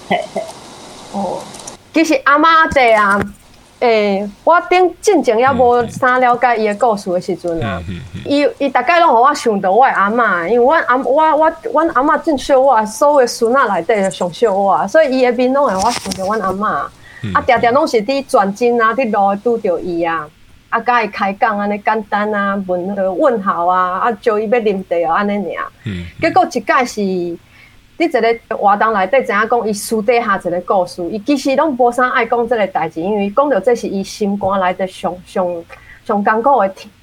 其实阿妈的啊。我进前也无啥了解伊的故事的时阵啊，伊大概拢互我想到我的阿嬷，因为阮阿嬷真小我，所有的孙仔内底上小我，所以伊的面拢会我想到阮阿嬷。常常拢是伫转经啊，伫路拄着伊啊，甲伊开讲安尼简单啊，问候啊，招伊要啉茶安尼尔。结果一摆是。伫一个活动内底，知影讲伊私底下一个故事，伊其实拢无啥爱讲这个代志，因为讲到这是伊心肝内底上艰苦的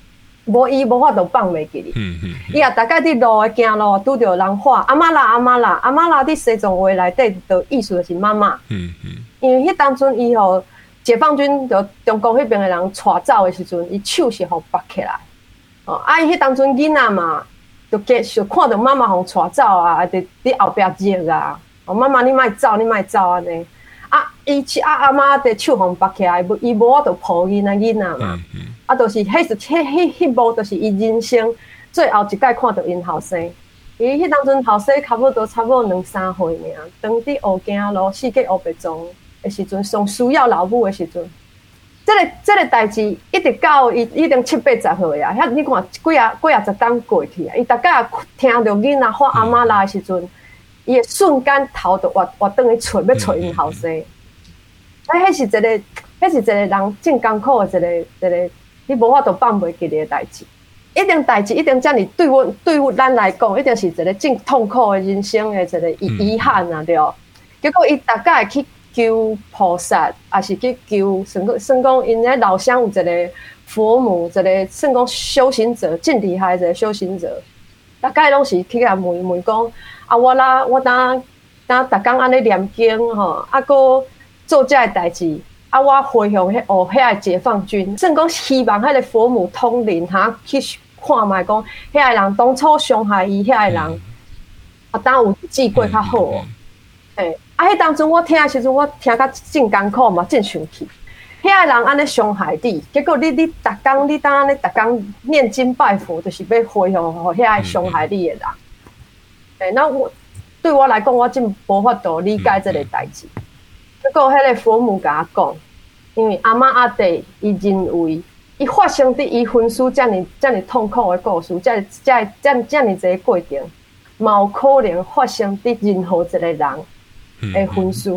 无伊无法度放袂记你。伊也大概伫路诶行路拄着人喊阿妈啦阿妈啦阿妈啦，伫西藏话内底的意思就是妈妈。因为迄当阵伊互解放军就中共迄边诶人带走诶时阵，伊手是互拔起来。伊迄当阵囡仔嘛，就看到妈妈互带走啊，伫后壁热啊，妈妈你莫走，你莫走安尼。阿妈的手互拔起来，伊无法度抱囡仔嘛。就是迄幕，就是伊人生最后一摆看到因后生。伊迄当阵后生差不多2-3岁尔，当伫乌镜路四界乌白撞的时阵，上需要老母的时阵，这个代志一直到伊已经7-8十岁啊！遐你看几啊十档过去啊！伊大概听到囡仔喊阿妈啦的时阵，伊会瞬间头就活转去要找因后生。迄是一个人真艰苦的一个。你无法度放袂记你的代志，一定代志一定遮尔对咱来讲，一定是一个真痛苦的人生的一个遗憾啊，对。结果伊大概去求菩萨，还是去求算讲因咧老乡有一个佛母，一个算讲修行者，真厉害一个修行者，大概拢是去甲问讲啊，我当逐工安尼念经吼，搁做遮个代志。我回向遐个解放军，算讲希望迄个佛母通灵，去看卖讲遐个人当初伤害伊遐个人，当有记过较好哦。迄当阵我听的时阵，我听甲真艰苦嘛，真生气。遐个人安尼伤害你，结果你逐工你当安尼逐工念经拜佛，就是要回向互遐个伤害你的人。那对我来讲，我真无法度理解这个代志。结果，迄个佛母甲我讲，因为阿妈阿弟，伊认为伊发生伫伊婚事遮尔痛苦的故事，遮尔一个过程，嘛有可能发生伫任何一个人的婚事。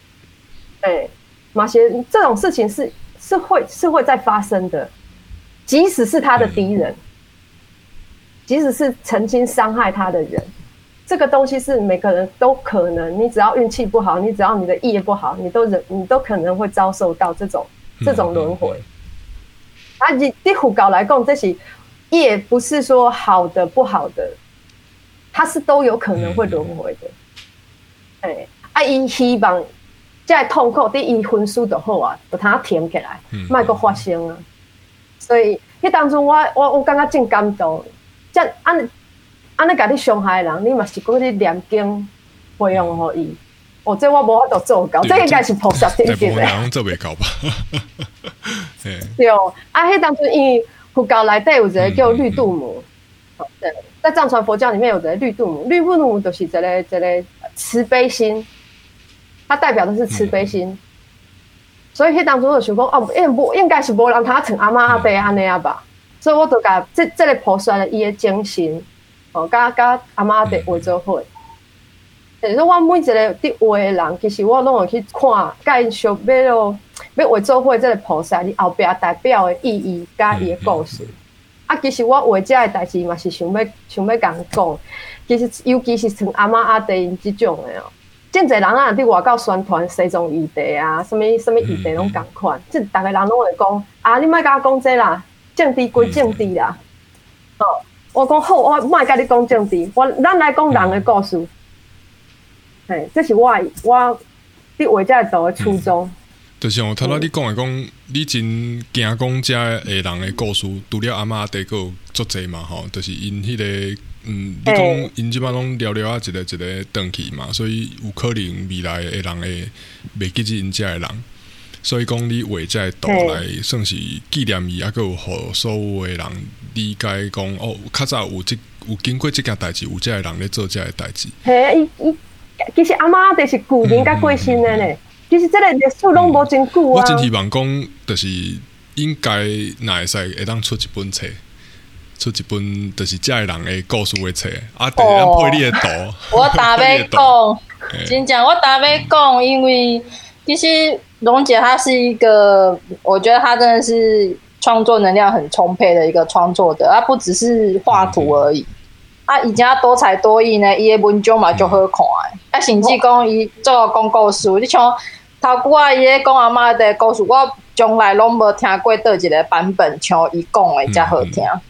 嘛是这种事情是会再发生的，即使是他的敌人，即使是曾经伤害他的人。这个东西是每个人都可能，你只要运气不好，你只要你的业不好，你都可能会遭受到这种轮回。对佛教来讲，这是业，不是说好的不好的，它是都有可能会轮回的。伊希望这痛苦对伊分数就好啊，就它停起来，莫阁发生啊。所以迄当中我感觉真感动，这安尼甲你伤害的人，你嘛是搁去念经回向互伊。这我无法度做到，这应该是菩萨等级的。大部分人做袂到吧？对，迄当阵因为佛教内底有一个叫绿度母，在藏传佛教里面有一个绿度母，绿度母就是一个慈悲心，它代表的是慈悲心。所以迄当阵我想讲，应该是无人通像阿妈阿伯安尼啊吧？所以我就甲这个菩萨的伊的精神。甲阿妈伫画做伙，就是说我每一个伫画的人，其实我拢会去看，甲因想要画做伙这个菩萨，你后壁代表的意义，甲伊的故事。其实我画遮的代志嘛是想要甲人讲，其实尤其是像阿妈阿弟因即种的真侪人伫外口宣传西藏议题啊，什么议题拢共款，即逐个人拢会讲你莫甲我讲这啦，政治归政治啦，我讲好，我莫甲你讲政治，咱来讲人的故事。这是我伫画这个图的初衷。 就是头仔你讲的讲，你真惊讲遮个人的故事，除了阿妈地个有足侪嘛吼，就是因迄个你讲因即摆拢一个转去嘛，所以有可能未来的人会袂记住因遮个人。所以讲，你画这图来算是纪念伊，还有互所有的人理解讲较早有经过这件代志，有这个人咧做这个代志。 其实阿妈就是旧年甲过身的呢。其实这个历史拢无真久啊。 我真希望讲，就是应该若会使会当出一本册，出一本就是这个人的故事的册，第二配你的图。 我打要讲，真正我打要讲，因为其实蓉姐她是一个，我觉得她真的是创作能量很充沛的一个创作者，她不只是画图而已，以前多才多艺呢，伊的文章嘛就好看的，甚至讲伊做讲故事，你像头久伊咧讲阿嬷的故事，我从来拢无听过倒一个版本像伊讲的遮好听。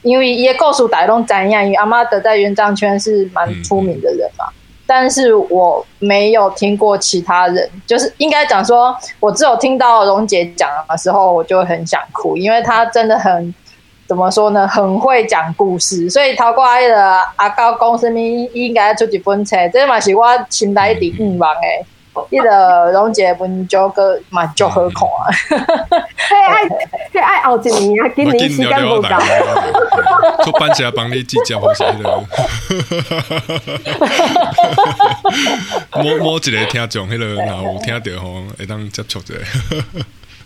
因为伊的故事大家拢知影，因为阿妈的在原藏圈是蛮出名的人嘛。但是我没有听过其他人，就是应该讲说，我只有听到蓉姐讲的时候，我就很想哭，因为她真的很怎么说呢，很会讲故事。所以透过迄个阿高讲什么，应该出一本册，这嘛是我心内一直望的。迄个蓉姐文章个嘛足好看啊！ 迄爱后一年啊，今年时间无够。 出版社帮你记接或是迄个，某一个听众，迄个若有听到吼，会当接触一下。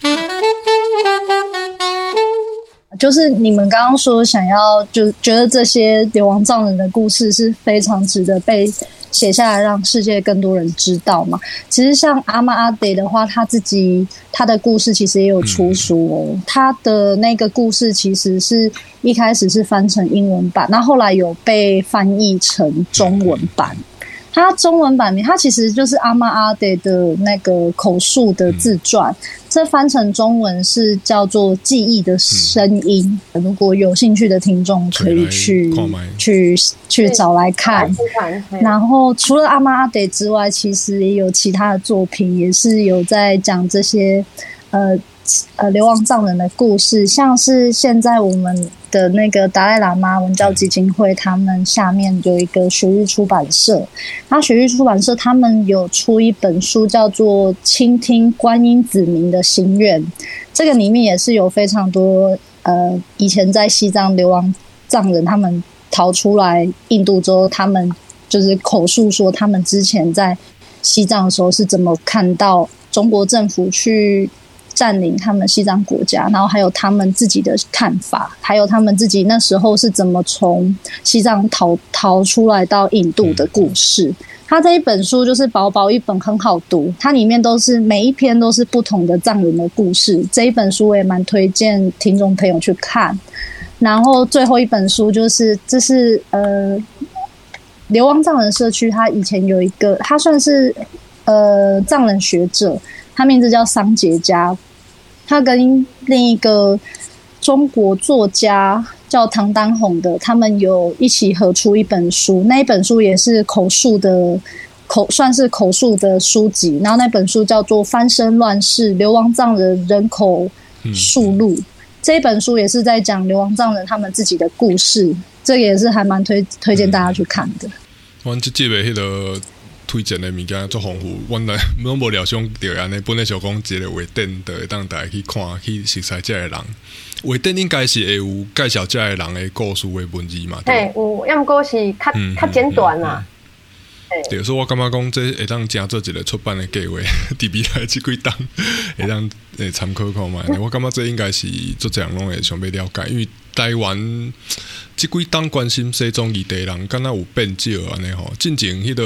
就是你们刚刚说想要，就觉得这些流亡藏人的故事是非常值得被写下来，让世界更多人知道嘛。其实像阿妈阿得的话，他的故事其实也有出书哦。他的那个故事其实是一开始是翻成英文版，那后来有被翻译成中文版。它中文版名，它其实就是阿妈阿得的那个口述的自传，这翻成中文是叫做《记忆的声音》。如果有兴趣的听众可以去找来看。然后除了阿妈阿得之外，其实也有其他的作品，也是有在讲这些流亡藏人的故事，像是现在我们的那个达赖喇嘛文教基金会，他们下面有一个学日出版社，那学日出版社他们有出一本书叫做《倾听观音子民的心愿》，这个里面也是有非常多以前在西藏流亡藏人他们逃出来印度之后，他们就是口述说他们之前在西藏的时候是怎么看到中国政府去占领他们西藏国家，然后还有他们自己的看法，还有他们自己那时候是怎么从西藏逃出来到印度的故事。他这一本书就是薄薄一本，很好读，它里面都是每一篇都是不同的藏人的故事。这一本书我也蛮推荐听众朋友去看。然后最后一本书就是这是流亡藏人社区，他以前有一个，他算是藏人学者，他名字叫桑杰家，他跟另一个中国作家叫唐丹红的，他们有一起合出一本书，那一本书也是算是口述的书籍，然后那本书叫做《翻身乱世：流亡藏人人口述录》，这一本书也是在讲流亡藏人他们自己的故事，这个也是还蛮推荐大家去看的。 我这集的迄个推荐的物件足丰富，阮来拢无料想到安尼。本来想讲一个画展，就会当大家去看去熟悉这个人。画展应该是会有介绍这个人的故事的文字嘛？ 嘿，有，要么是较简短啦。 对，所以我感觉讲这会当真做一个出版的计划，伫未来这几档会当参考看卖。我感觉这应该是做这样拢会想要了解，因为台湾这几档关心西藏议题人，敢若有变少安尼吼。进前迄个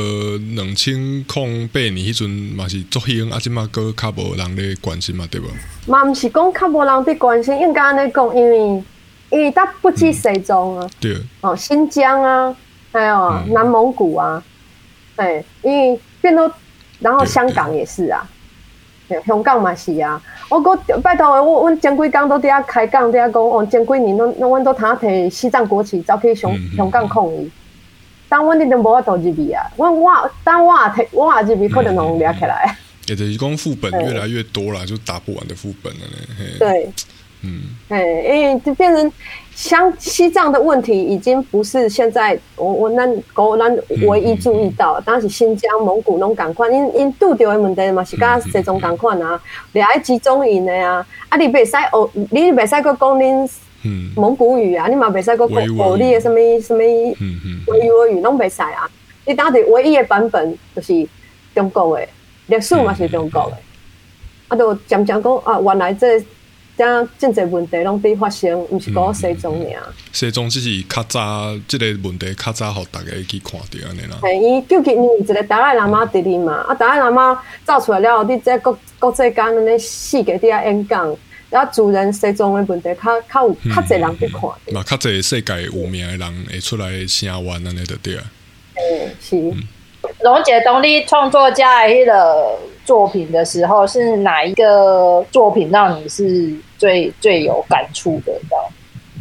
2008年迄阵嘛是足兴，啊，即马搁较无人咧关心嘛，对无？ 嘛毋是讲较无人伫关心，应该安尼讲，因为它不止西藏啊， 对， 新疆啊，还有南蒙古啊。因为变到，然后香港也是啊，香港嘛是啊。我拜托的，阮前几天都伫遐开讲，伫遐讲，前几年阮都通摕西藏国旗走去香港抗议。当阮一定无法度入去啊，我也入去，可能拢抓起来。 也就是讲副本越来越多了，就打不完的副本了呢。 对，因为就变成西藏的问题已经不是现在咱唯一注意到，当时新疆、蒙古拢同款，因拄着的问题嘛是甲西藏同款啊，掠爱集中营的啊，你袂使学，你袂使阁讲恁蒙古语啊，你嘛袂使阁学你的什么维吾尔语，拢袂使啊。你当时唯一的版本就是中国的，历史嘛是中国的，啊，就渐渐讲啊，原来这真侪问题拢伫发生，毋是讲西藏尔。 西藏只是较早，即个问题较早，互大家去看到安尼啦。 伊究竟有一个达赖喇嘛伫哩嘛？啊，达赖喇嘛走出来了后，你在国际间安尼四个伫遐演讲，然后自然西藏的问题较有较侪人去看到。 嘛，较侪世界有名的人会出来声援安尼就对啊。 是。 蓉姐，当你创作家的迄个作品的时候，是哪一个作品让你是最有感触的？这样？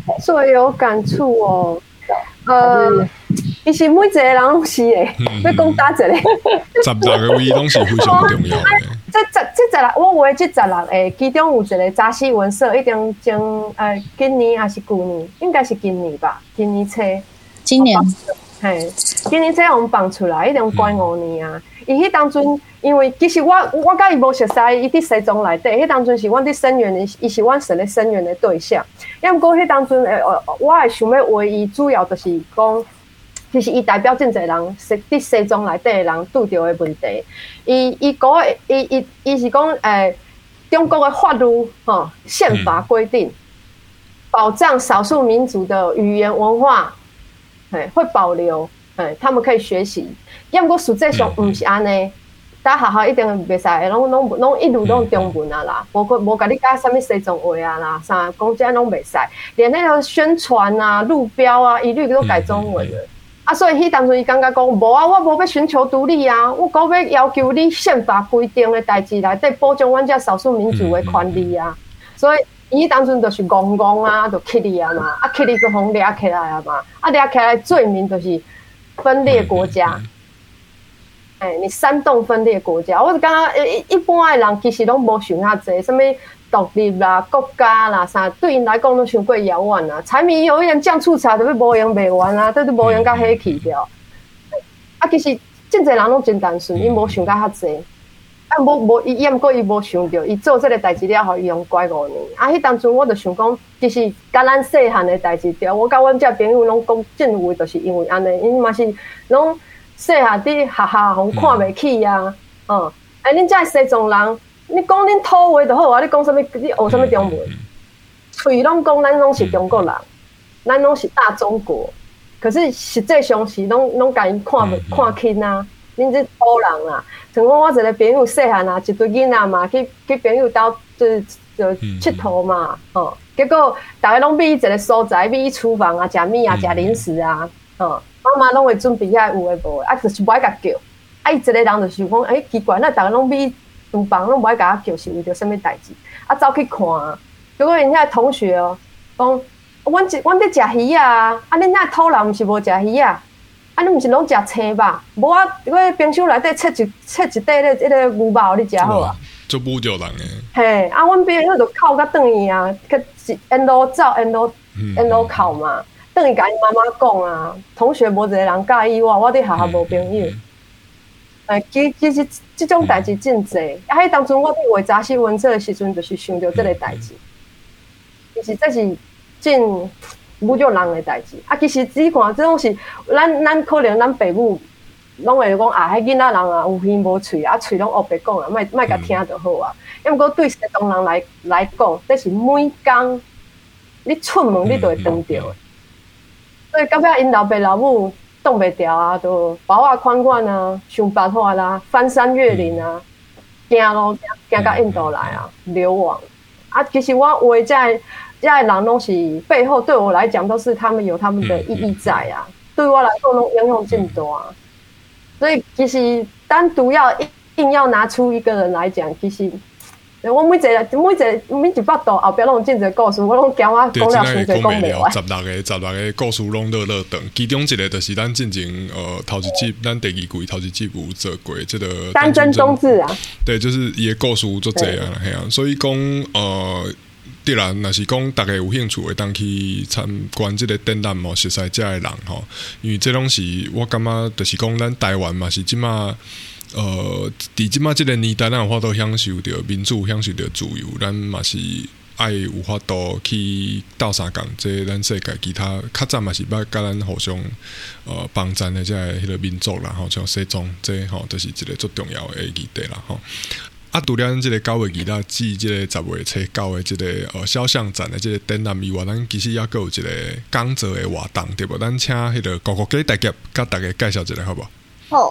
最有感触哦。其实每一个人拢是诶，要讲打一个 ，16个位拢是非常重要的。 这16，我画这16个，其中有一个扎西文社，一定前今年还是旧年，应该是今年吧，今年册。 今年， 嘿，今年册我们放出来，一定关5年啊。伊迄当阵，因为其实我甲伊无熟悉，伊伫西藏内底，迄当阵是阮伫声援的，伊是阮实咧声援的对象。要毋过迄当阵，我会想要画伊，主要就是讲。其实伊代表真侪人，伫西藏内底的人拄着的问题。伊是讲中国的法律宪法规定，保障少数民族的语言文化，会保留，他们可以学习。要毋过实际上毋是安尼，大学校一定袂使，拢一路拢中文啊啦，无甲你教啥物西藏话啊啦，啥讲这拢袂使，连那个宣传啊、路标啊，一律都改中文了。所以迄当阵伊感觉讲无啊，我无要寻求独立啊，我讲要要求你宪法规定的代志内底保障阮遮少数民族的权利啊。所以伊当阵就是戆啊，就起嚟啊嘛，起嚟就互掠起来啊嘛，掠起来罪名就是分裂国家。你煽动分裂国家，我是感觉一般的人其实拢无想遐济，什么独立啦、国家啦啥，对因来讲都伤过遥远啊。柴米油盐酱醋茶都要无用袂完啊，都无用到黑去掉。其实真侪人拢真单纯，伊无想到遐济。无伊毋过伊无想到，伊做这个代志了后，伊用怪5年。迄当阵我就想讲，其实甲咱细汉的代志对，我甲阮遮朋友拢讲，真有就是因为安尼，因嘛是拢细汉伫学校互看袂起啊。恁遮西藏人。你讲恁土话就好啊！你讲什么？你学什么中文？嘴拢讲咱拢是中国人，咱拢是大中国。可是实际上是拢甲因看轻啊！恁这土人啊，像我一个朋友细汉啊，一堆囡仔嘛，去朋友兜就佚佗嘛，结果大家拢去一个所在，去厨房啊，食米啊，食零食啊，妈妈拢会准备遐有诶无诶，就是无爱甲叫。伊一个人就想讲，奇怪，那大家拢去。厨房拢无爱甲我叫，是为着什么代志？走去看啊！结果人家同学讲，阮伫食鱼啊！恁遐土人毋是无食鱼啊？恁毋是拢食青吧？无啊！我冰箱内底切一块迄个牛肉，你食好啊？ 做不着人诶。 嘿，阮朋友就哭甲转去啊，沿路走，沿路哭嘛，转去甲伊妈妈讲啊。同学无一个人介意我伫学校无朋友。其实这种代志真济，迄当初我伫画杂西文册的时阵，就是想到这个代志。其实这是真侮辱人的代志。其实只看这种是咱可能咱父母拢会讲迄囡仔人啊有耳无喙喙拢黑白讲啊，莫甲听就好啊。毋过对西藏人来讲，这是每工你出门你都会撞到的。所以到尾因老爸老母。挡袂掉啊，就包啊款款啊，想办法啦，翻山越岭啊，行路行到印度来啊，流亡其实我画这人拢是背后对我来讲都是他们有他们的意义在啊，对我来讲拢影响真大所以其实单独硬要拿出一个人来讲，其实。我每一幅图后壁拢有真侪故事，我拢惊我讲了伤侪讲袂完。 16个故事拢乐长，其中一个就是咱进前头一集，咱第2季头一集有做过这个单真中治啊。对， 就是伊的故事做这样嘿啊，所以讲对啦，若是讲大家有兴趣会当去参观这个展览熟悉遮的人因为这拢是我感觉就是讲咱台湾嘛是即马。伫即马即个年代，咱有法度享受着民主，享受着自由，咱嘛是爱有法度去斗相共。即咱世界其他较早嘛是捌甲咱互相帮战的，即个迄个民族啦，像西藏，即就是一个最重要的议题啦，除了咱即个9月2日至即个10月初9的即个肖像展的即个展览以外，咱其实也阁有一个讲座的活动，对无？咱请迄个高哥大家甲大家介绍一下，好无？ 好。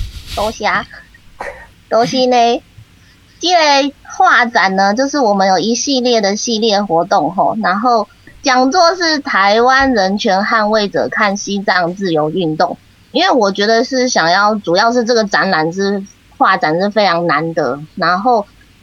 多谢呢。这个画展呢，就是我们有一系列的系列活动然后讲座是台湾人权捍卫者看西藏自由运动，因为我觉得是主要是这个展览是画展是非常难得，然后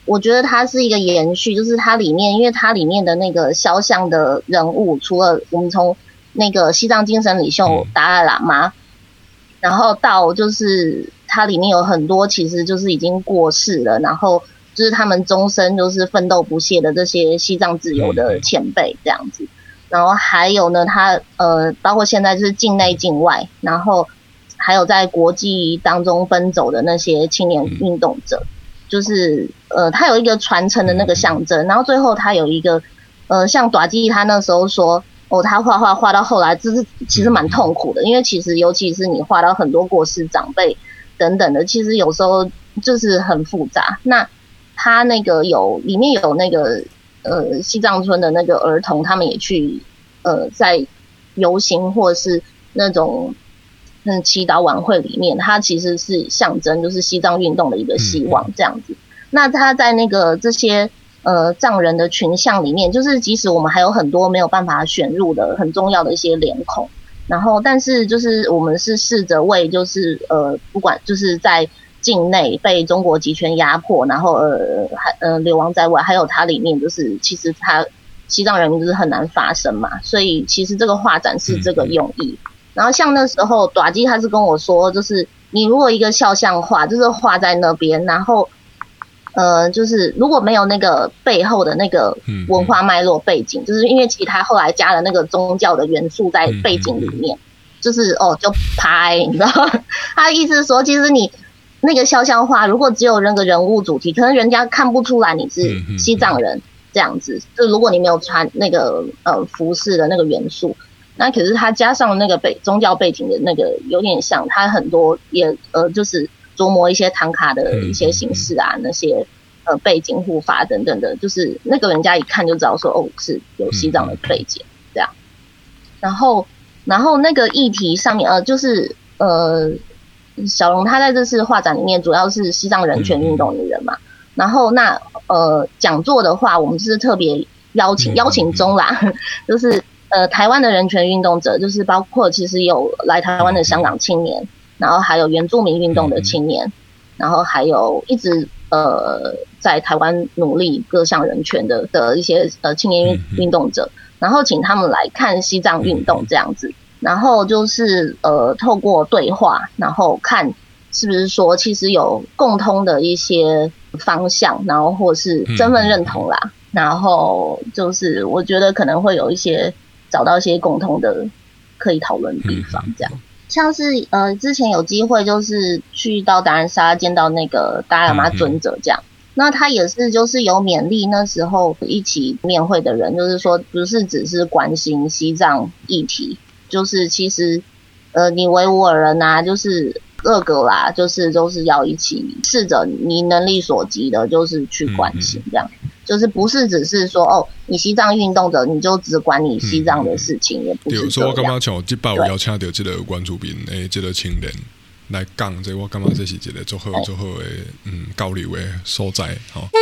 我觉得它是一个延续，就是它里面，因为它里面的那个肖像的人物，除了我们从那个西藏精神领袖达赖喇嘛，然后到就是它里面有很多其实就是已经过世了，然后就是他们终身就是奋斗不懈的这些西藏自由的前辈这样子。然后还有呢，它包括现在就是境内境外，然后还有在国际当中奔走的那些青年运动者，就是它有一个传承的那个象征。然后最后它有一个像短基他那时候说他画到后来就是其实蛮痛苦的，因为其实尤其是你画到很多过世长辈等等的，其实有时候就是很复杂。那他那个里面有那个西藏村的那个儿童，他们也去在游行或者是那种祈祷晚会里面，它其实是象征就是西藏运动的一个希望这样子。那他在那个这些藏人的群像里面，就是即使我们还有很多没有办法选入的很重要的一些脸孔，然后但是就是我们是试着为就是不管就是在境内被中国集权压迫，然后流亡在外，还有它里面就是其实它西藏人民就是很难发声嘛，所以其实这个画展是这个用意。然后像那时候短基他是跟我说，就是你如果一个肖像画就是画在那边，然后就是如果没有那个背后的那个文化脉络背景，就是因为其实他后来加了那个宗教的元素在背景里面，就是就拍，你知道吗？他的意思是说，其实你那个肖像画如果只有那个人物主题，可能人家看不出来你是西藏人这样子。就如果你没有穿那个服饰的那个元素，那可是他加上那个宗教背景的那个有点像，他很多也就是琢磨一些唐卡的一些形式啊，那些背景护法等等的，就是那个人家一看就知道说是有西藏的背景这样。然后那个议题上面就是小龙他在这次画展里面主要是西藏人权运动的人嘛，然后那讲座的话，我们是特别邀请中啦，就是台湾的人权运动者，就是包括其实有来台湾的香港青年，然后还有原住民运动的青年，然后还有一直在台湾努力各项人权的一些青年运动者，然后请他们来看西藏运动这样子。然后就是透过对话，然后看是不是说其实有共通的一些方向，然后或是身份认同啦，然后就是我觉得可能会有一些找到一些共通的可以讨论的地方这样。像是之前有机会就是去到达兰萨见到那个达赖喇嘛尊者这样，那他也是就是有勉励那时候一起面会的人，就是说不是只是关心西藏议题，就是其实你维吾尔人啊，就是各个啦，就是都是要一起试着你能力所及的，就是去关心这样。就是不是只是说你西藏运动者你就只管你西藏的事情，也不是这样。 所以我感觉像这摆有邀请到这个原住民的这个青年来讲，这我感觉这是一个最好的交流的所在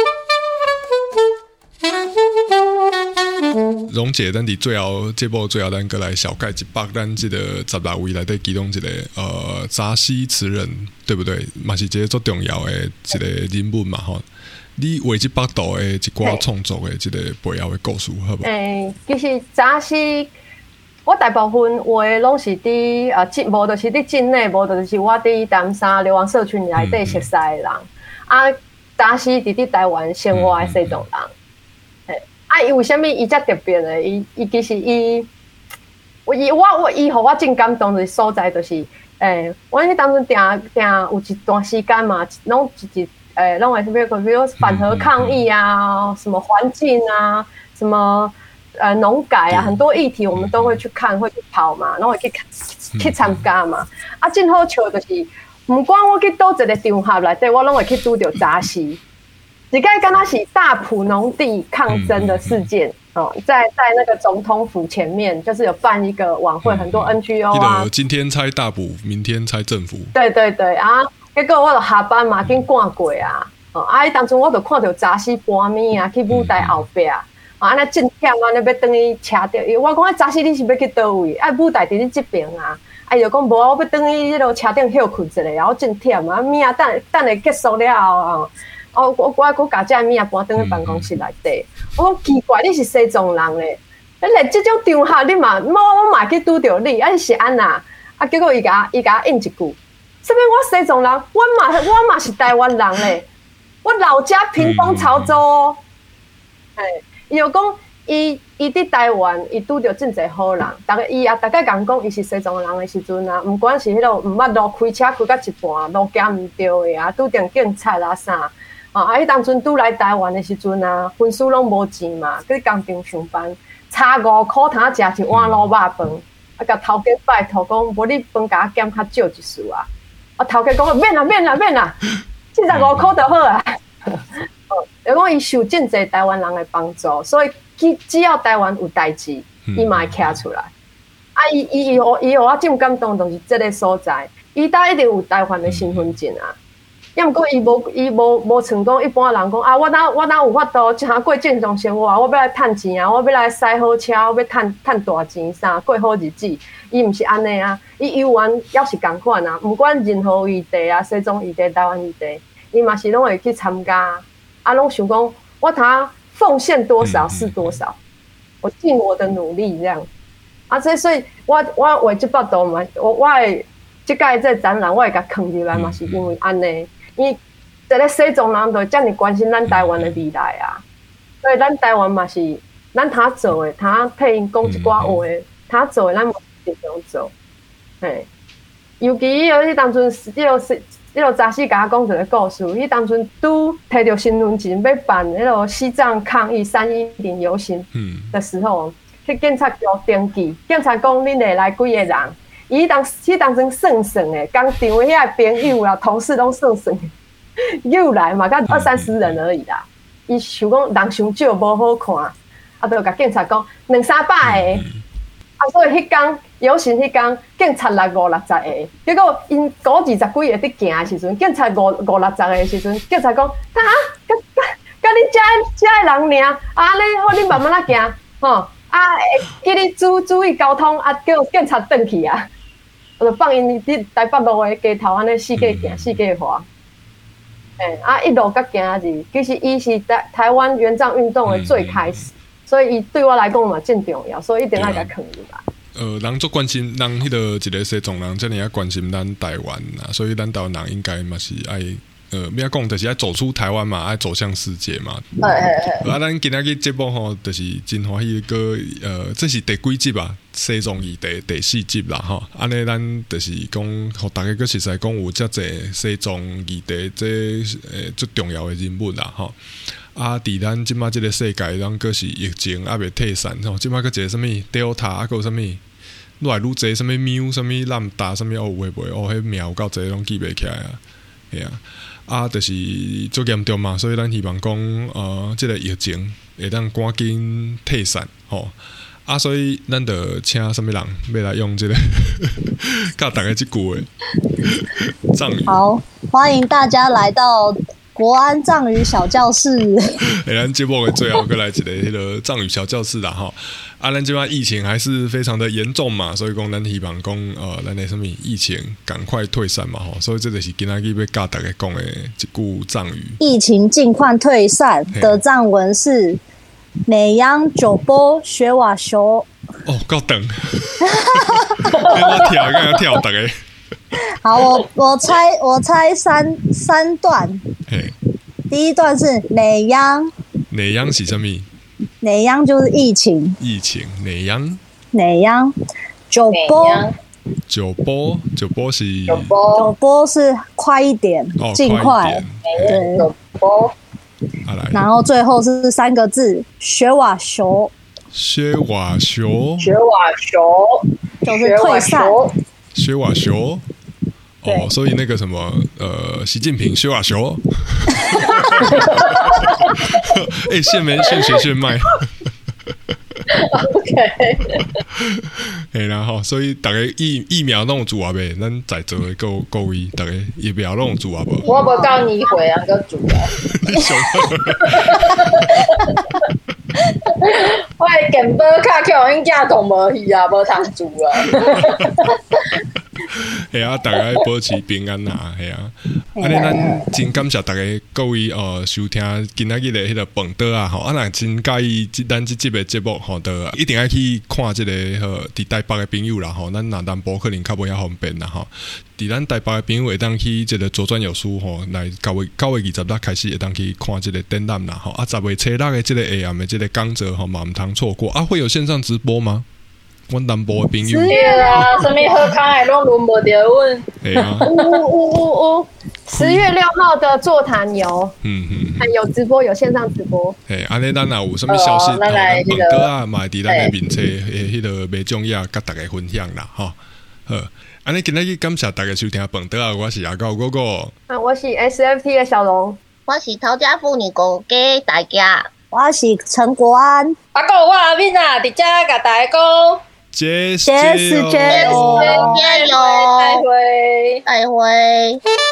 蓉姐，咱伫最后节目最后，咱过来小盖一百，咱这个16位内底其中一个扎西词人，对不对？嘛是一个最重要的一个人物嘛吼。你画这百度的一寡创作的这个背后的故事，好不好？ 其实早时我大部分画的拢是伫无就是伫境内，无就是我伫南沙流亡社群内底熟悉的人。早时伫台湾生活的这种人，伊为什么伊遮特别呢？伊其实我互我真感动的所在就是，我迄当阵定有一段时间嘛，拢弄会比如反核抗议啊，什么环境啊，什么农改啊，很多议题我们都会去看，会去跑嘛，然后会去参加嘛。真好笑就是，不管我去倒一个场合内底，我拢会去拄到早时。一个刚刚是大埔农地抗争的事件在那个总统府前面，就是有办一个晚会，很多 NGO 啊。 今天猜大埔，明天猜政府。 对啊。结果我就下班嘛，紧赶过啊！当初我就看到早时半暝啊，去舞台后壁安尼真忝，安尼要转去车着。我讲早时你是要去倒位？舞台伫你这边啊！就讲无，我要转去迄落车顶休困一下，然后真忝啊！暝啊，等下结束了后， 哦，我甲这物啊搬转去办公室内底。我讲奇怪，你是西藏人咧？你来这种场合，你嘛我嘛去拄着你，啊是安那？啊结果伊甲应一句，什么我西藏人，我嘛是台湾人咧，我老家屏东潮州哦。伊就讲伊伫台湾，伊拄着真侪好人，大概讲伊是西藏人的时阵啊，毋管是迄落毋捌路开车开到一半，路行毋着的啊，拄着警察啊啥，迄当阵拄来台湾的时阵啊，分数拢无钱嘛，去工厂上班，差5块通食一碗卤肉饭，啊，甲头家拜托讲，无你饭甲我减较少一丝啊，啊头家讲免啦，75块就好啊。就讲伊受真侪台湾人的帮助，所以只要台湾有代志，伊嘛会徛出来。啊，伊互我真感动，就是这个所在，伊搭一定有台湾的身份证啊。要毋过伊无像讲一般人讲啊，我哪有法度吃过正常生活啊？我要来趁钱啊，我要来驶好车，我要趁大钱啥，过好日子。伊毋是安尼啊，伊游玩也是共款啊，毋管任何议题啊，西藏议题、台湾议题，伊嘛是拢会去参加。啊，拢想讲，我他奉献多少是多少，我尽我的努力这样。啊，所以我为这报道嘛，我会这届这展览我会甲藏入来嘛，是因为安尼，因为一个西藏人就遮尔关心咱台湾的未来啊，所以咱台湾嘛是咱他做的，他替因讲一寡话的，他做的咱嘛一定做，嘿，尤其迄当阵迄落杂志甲我讲一个故事，迄当阵拄摕着身份证要办迄落西藏抗议310游行的时候，去警察局登记，警察讲恁会来几个人？伊迄当阵算诶，工厂诶遐朋友啦、同事拢算，又来嘛，甲20-30人而已啦。伊想讲人伤少无好看，啊，就甲警察讲200-300个。啊，所以迄天游行迄天，警察来50-60个，结果因20几个伫行的时阵，警察50-60个的时阵，警察讲，甲你遮人尔，啊，你好，你慢慢仔行，吼，啊，叫你注意交通，啊，叫警察转去啊，我就放因伫台北路的街头安尼四界行，四界滑，啊，一路甲行入，其实伊是台湾原藏运动的最开始。所以，伊对我来讲嘛真重要，所以一定要甲藏入来。 人足关心，人迄个一个西藏人，遮尔啊关心咱台湾啊，所以咱台湾人应该嘛是爱要讲，就是爱走出台湾嘛，爱走向世界嘛。啊，咱今仔日节目吼，就是真欢喜个这是第几集啊？西藏议题第4集啦，吼。安尼咱就是讲，互大家个实在讲有遮济西藏议题，这最重要的人物啦，吼。啊！伫咱即马即个世界，咱阁是疫情还未退散吼，即马阁一个什么 Delta， 啊，阁有什么愈来愈侪什么喵，什么兰达，什么有诶袂？迄名有够侪拢记袂起来啊！嘿啊！啊，就是足严重嘛，所以咱希望讲即个疫情会当赶紧退散吼。啊，所以咱就请什么人要来用即个教大家即句诶藏语。 好，欢迎大家来到国安藏语小教室。 咱节目的最后，再来一个迄个藏语小教室啦吼。啊，咱这边疫情还是非常的严重嘛，所以讲咱希望讲咱的什么疫情赶快退散嘛吼。所以这就是今仔日要教大家讲的一句藏语。 疫情尽快退散的藏文是美央九波学瓦修。 哦，够长。我跳，刚刚跳大家。 好，我猜三段。第一段是内央， 内央是什么？ 内央就是疫情，内央，九波是快一点，尽快，对， 九波。 然后最后是3个字，学瓦修，就是退散， 学瓦修。哦，所以那个什么，习近平学瓦修，现学现卖。OK， 然后所以大家疫苗弄做啊呗，咱在座的各位，大家疫苗弄做啊不？ 我无到你回啊个做啊。我的健保卡叫阮囝同无去啊，无通做啊。 系啊，大家保持平安啦，系啊。安尼咱真感谢大家各位收听今仔日的迄个饭桌啊，吼，啊若真介意咱即集的节目吼，就一定要去看即个伫台北的朋友啦，吼，咱若南部可能较无遐方便啦，吼。伫咱台北的朋友会当去即个左转有书吼，来9月20日开始会当去看即个展览啦，吼。啊10月初6的即个下暗的即个讲座吼，嘛毋通错过啊！会有线上直播吗？阮南部的朋友， 对啊，什么好康的拢轮无着阮。 对啊， 呜！10月6号的座谈有，有直播，有线上直播。 嘿，安尼咱若有啥物消息，咱饭桌啊，嘛伫咱的面册迄个卖种嘢，甲大家分享啦，吼。好，安尼今日感谢大家收听饭桌啊，我是阿高哥哥， 我是 SFT 的小龙， 我是头家妇女讲给大家， 我是陈国安， 啊，还有我阿敏啊，伫遮甲大家讲。 Jess， 加油！ 再会。 再会。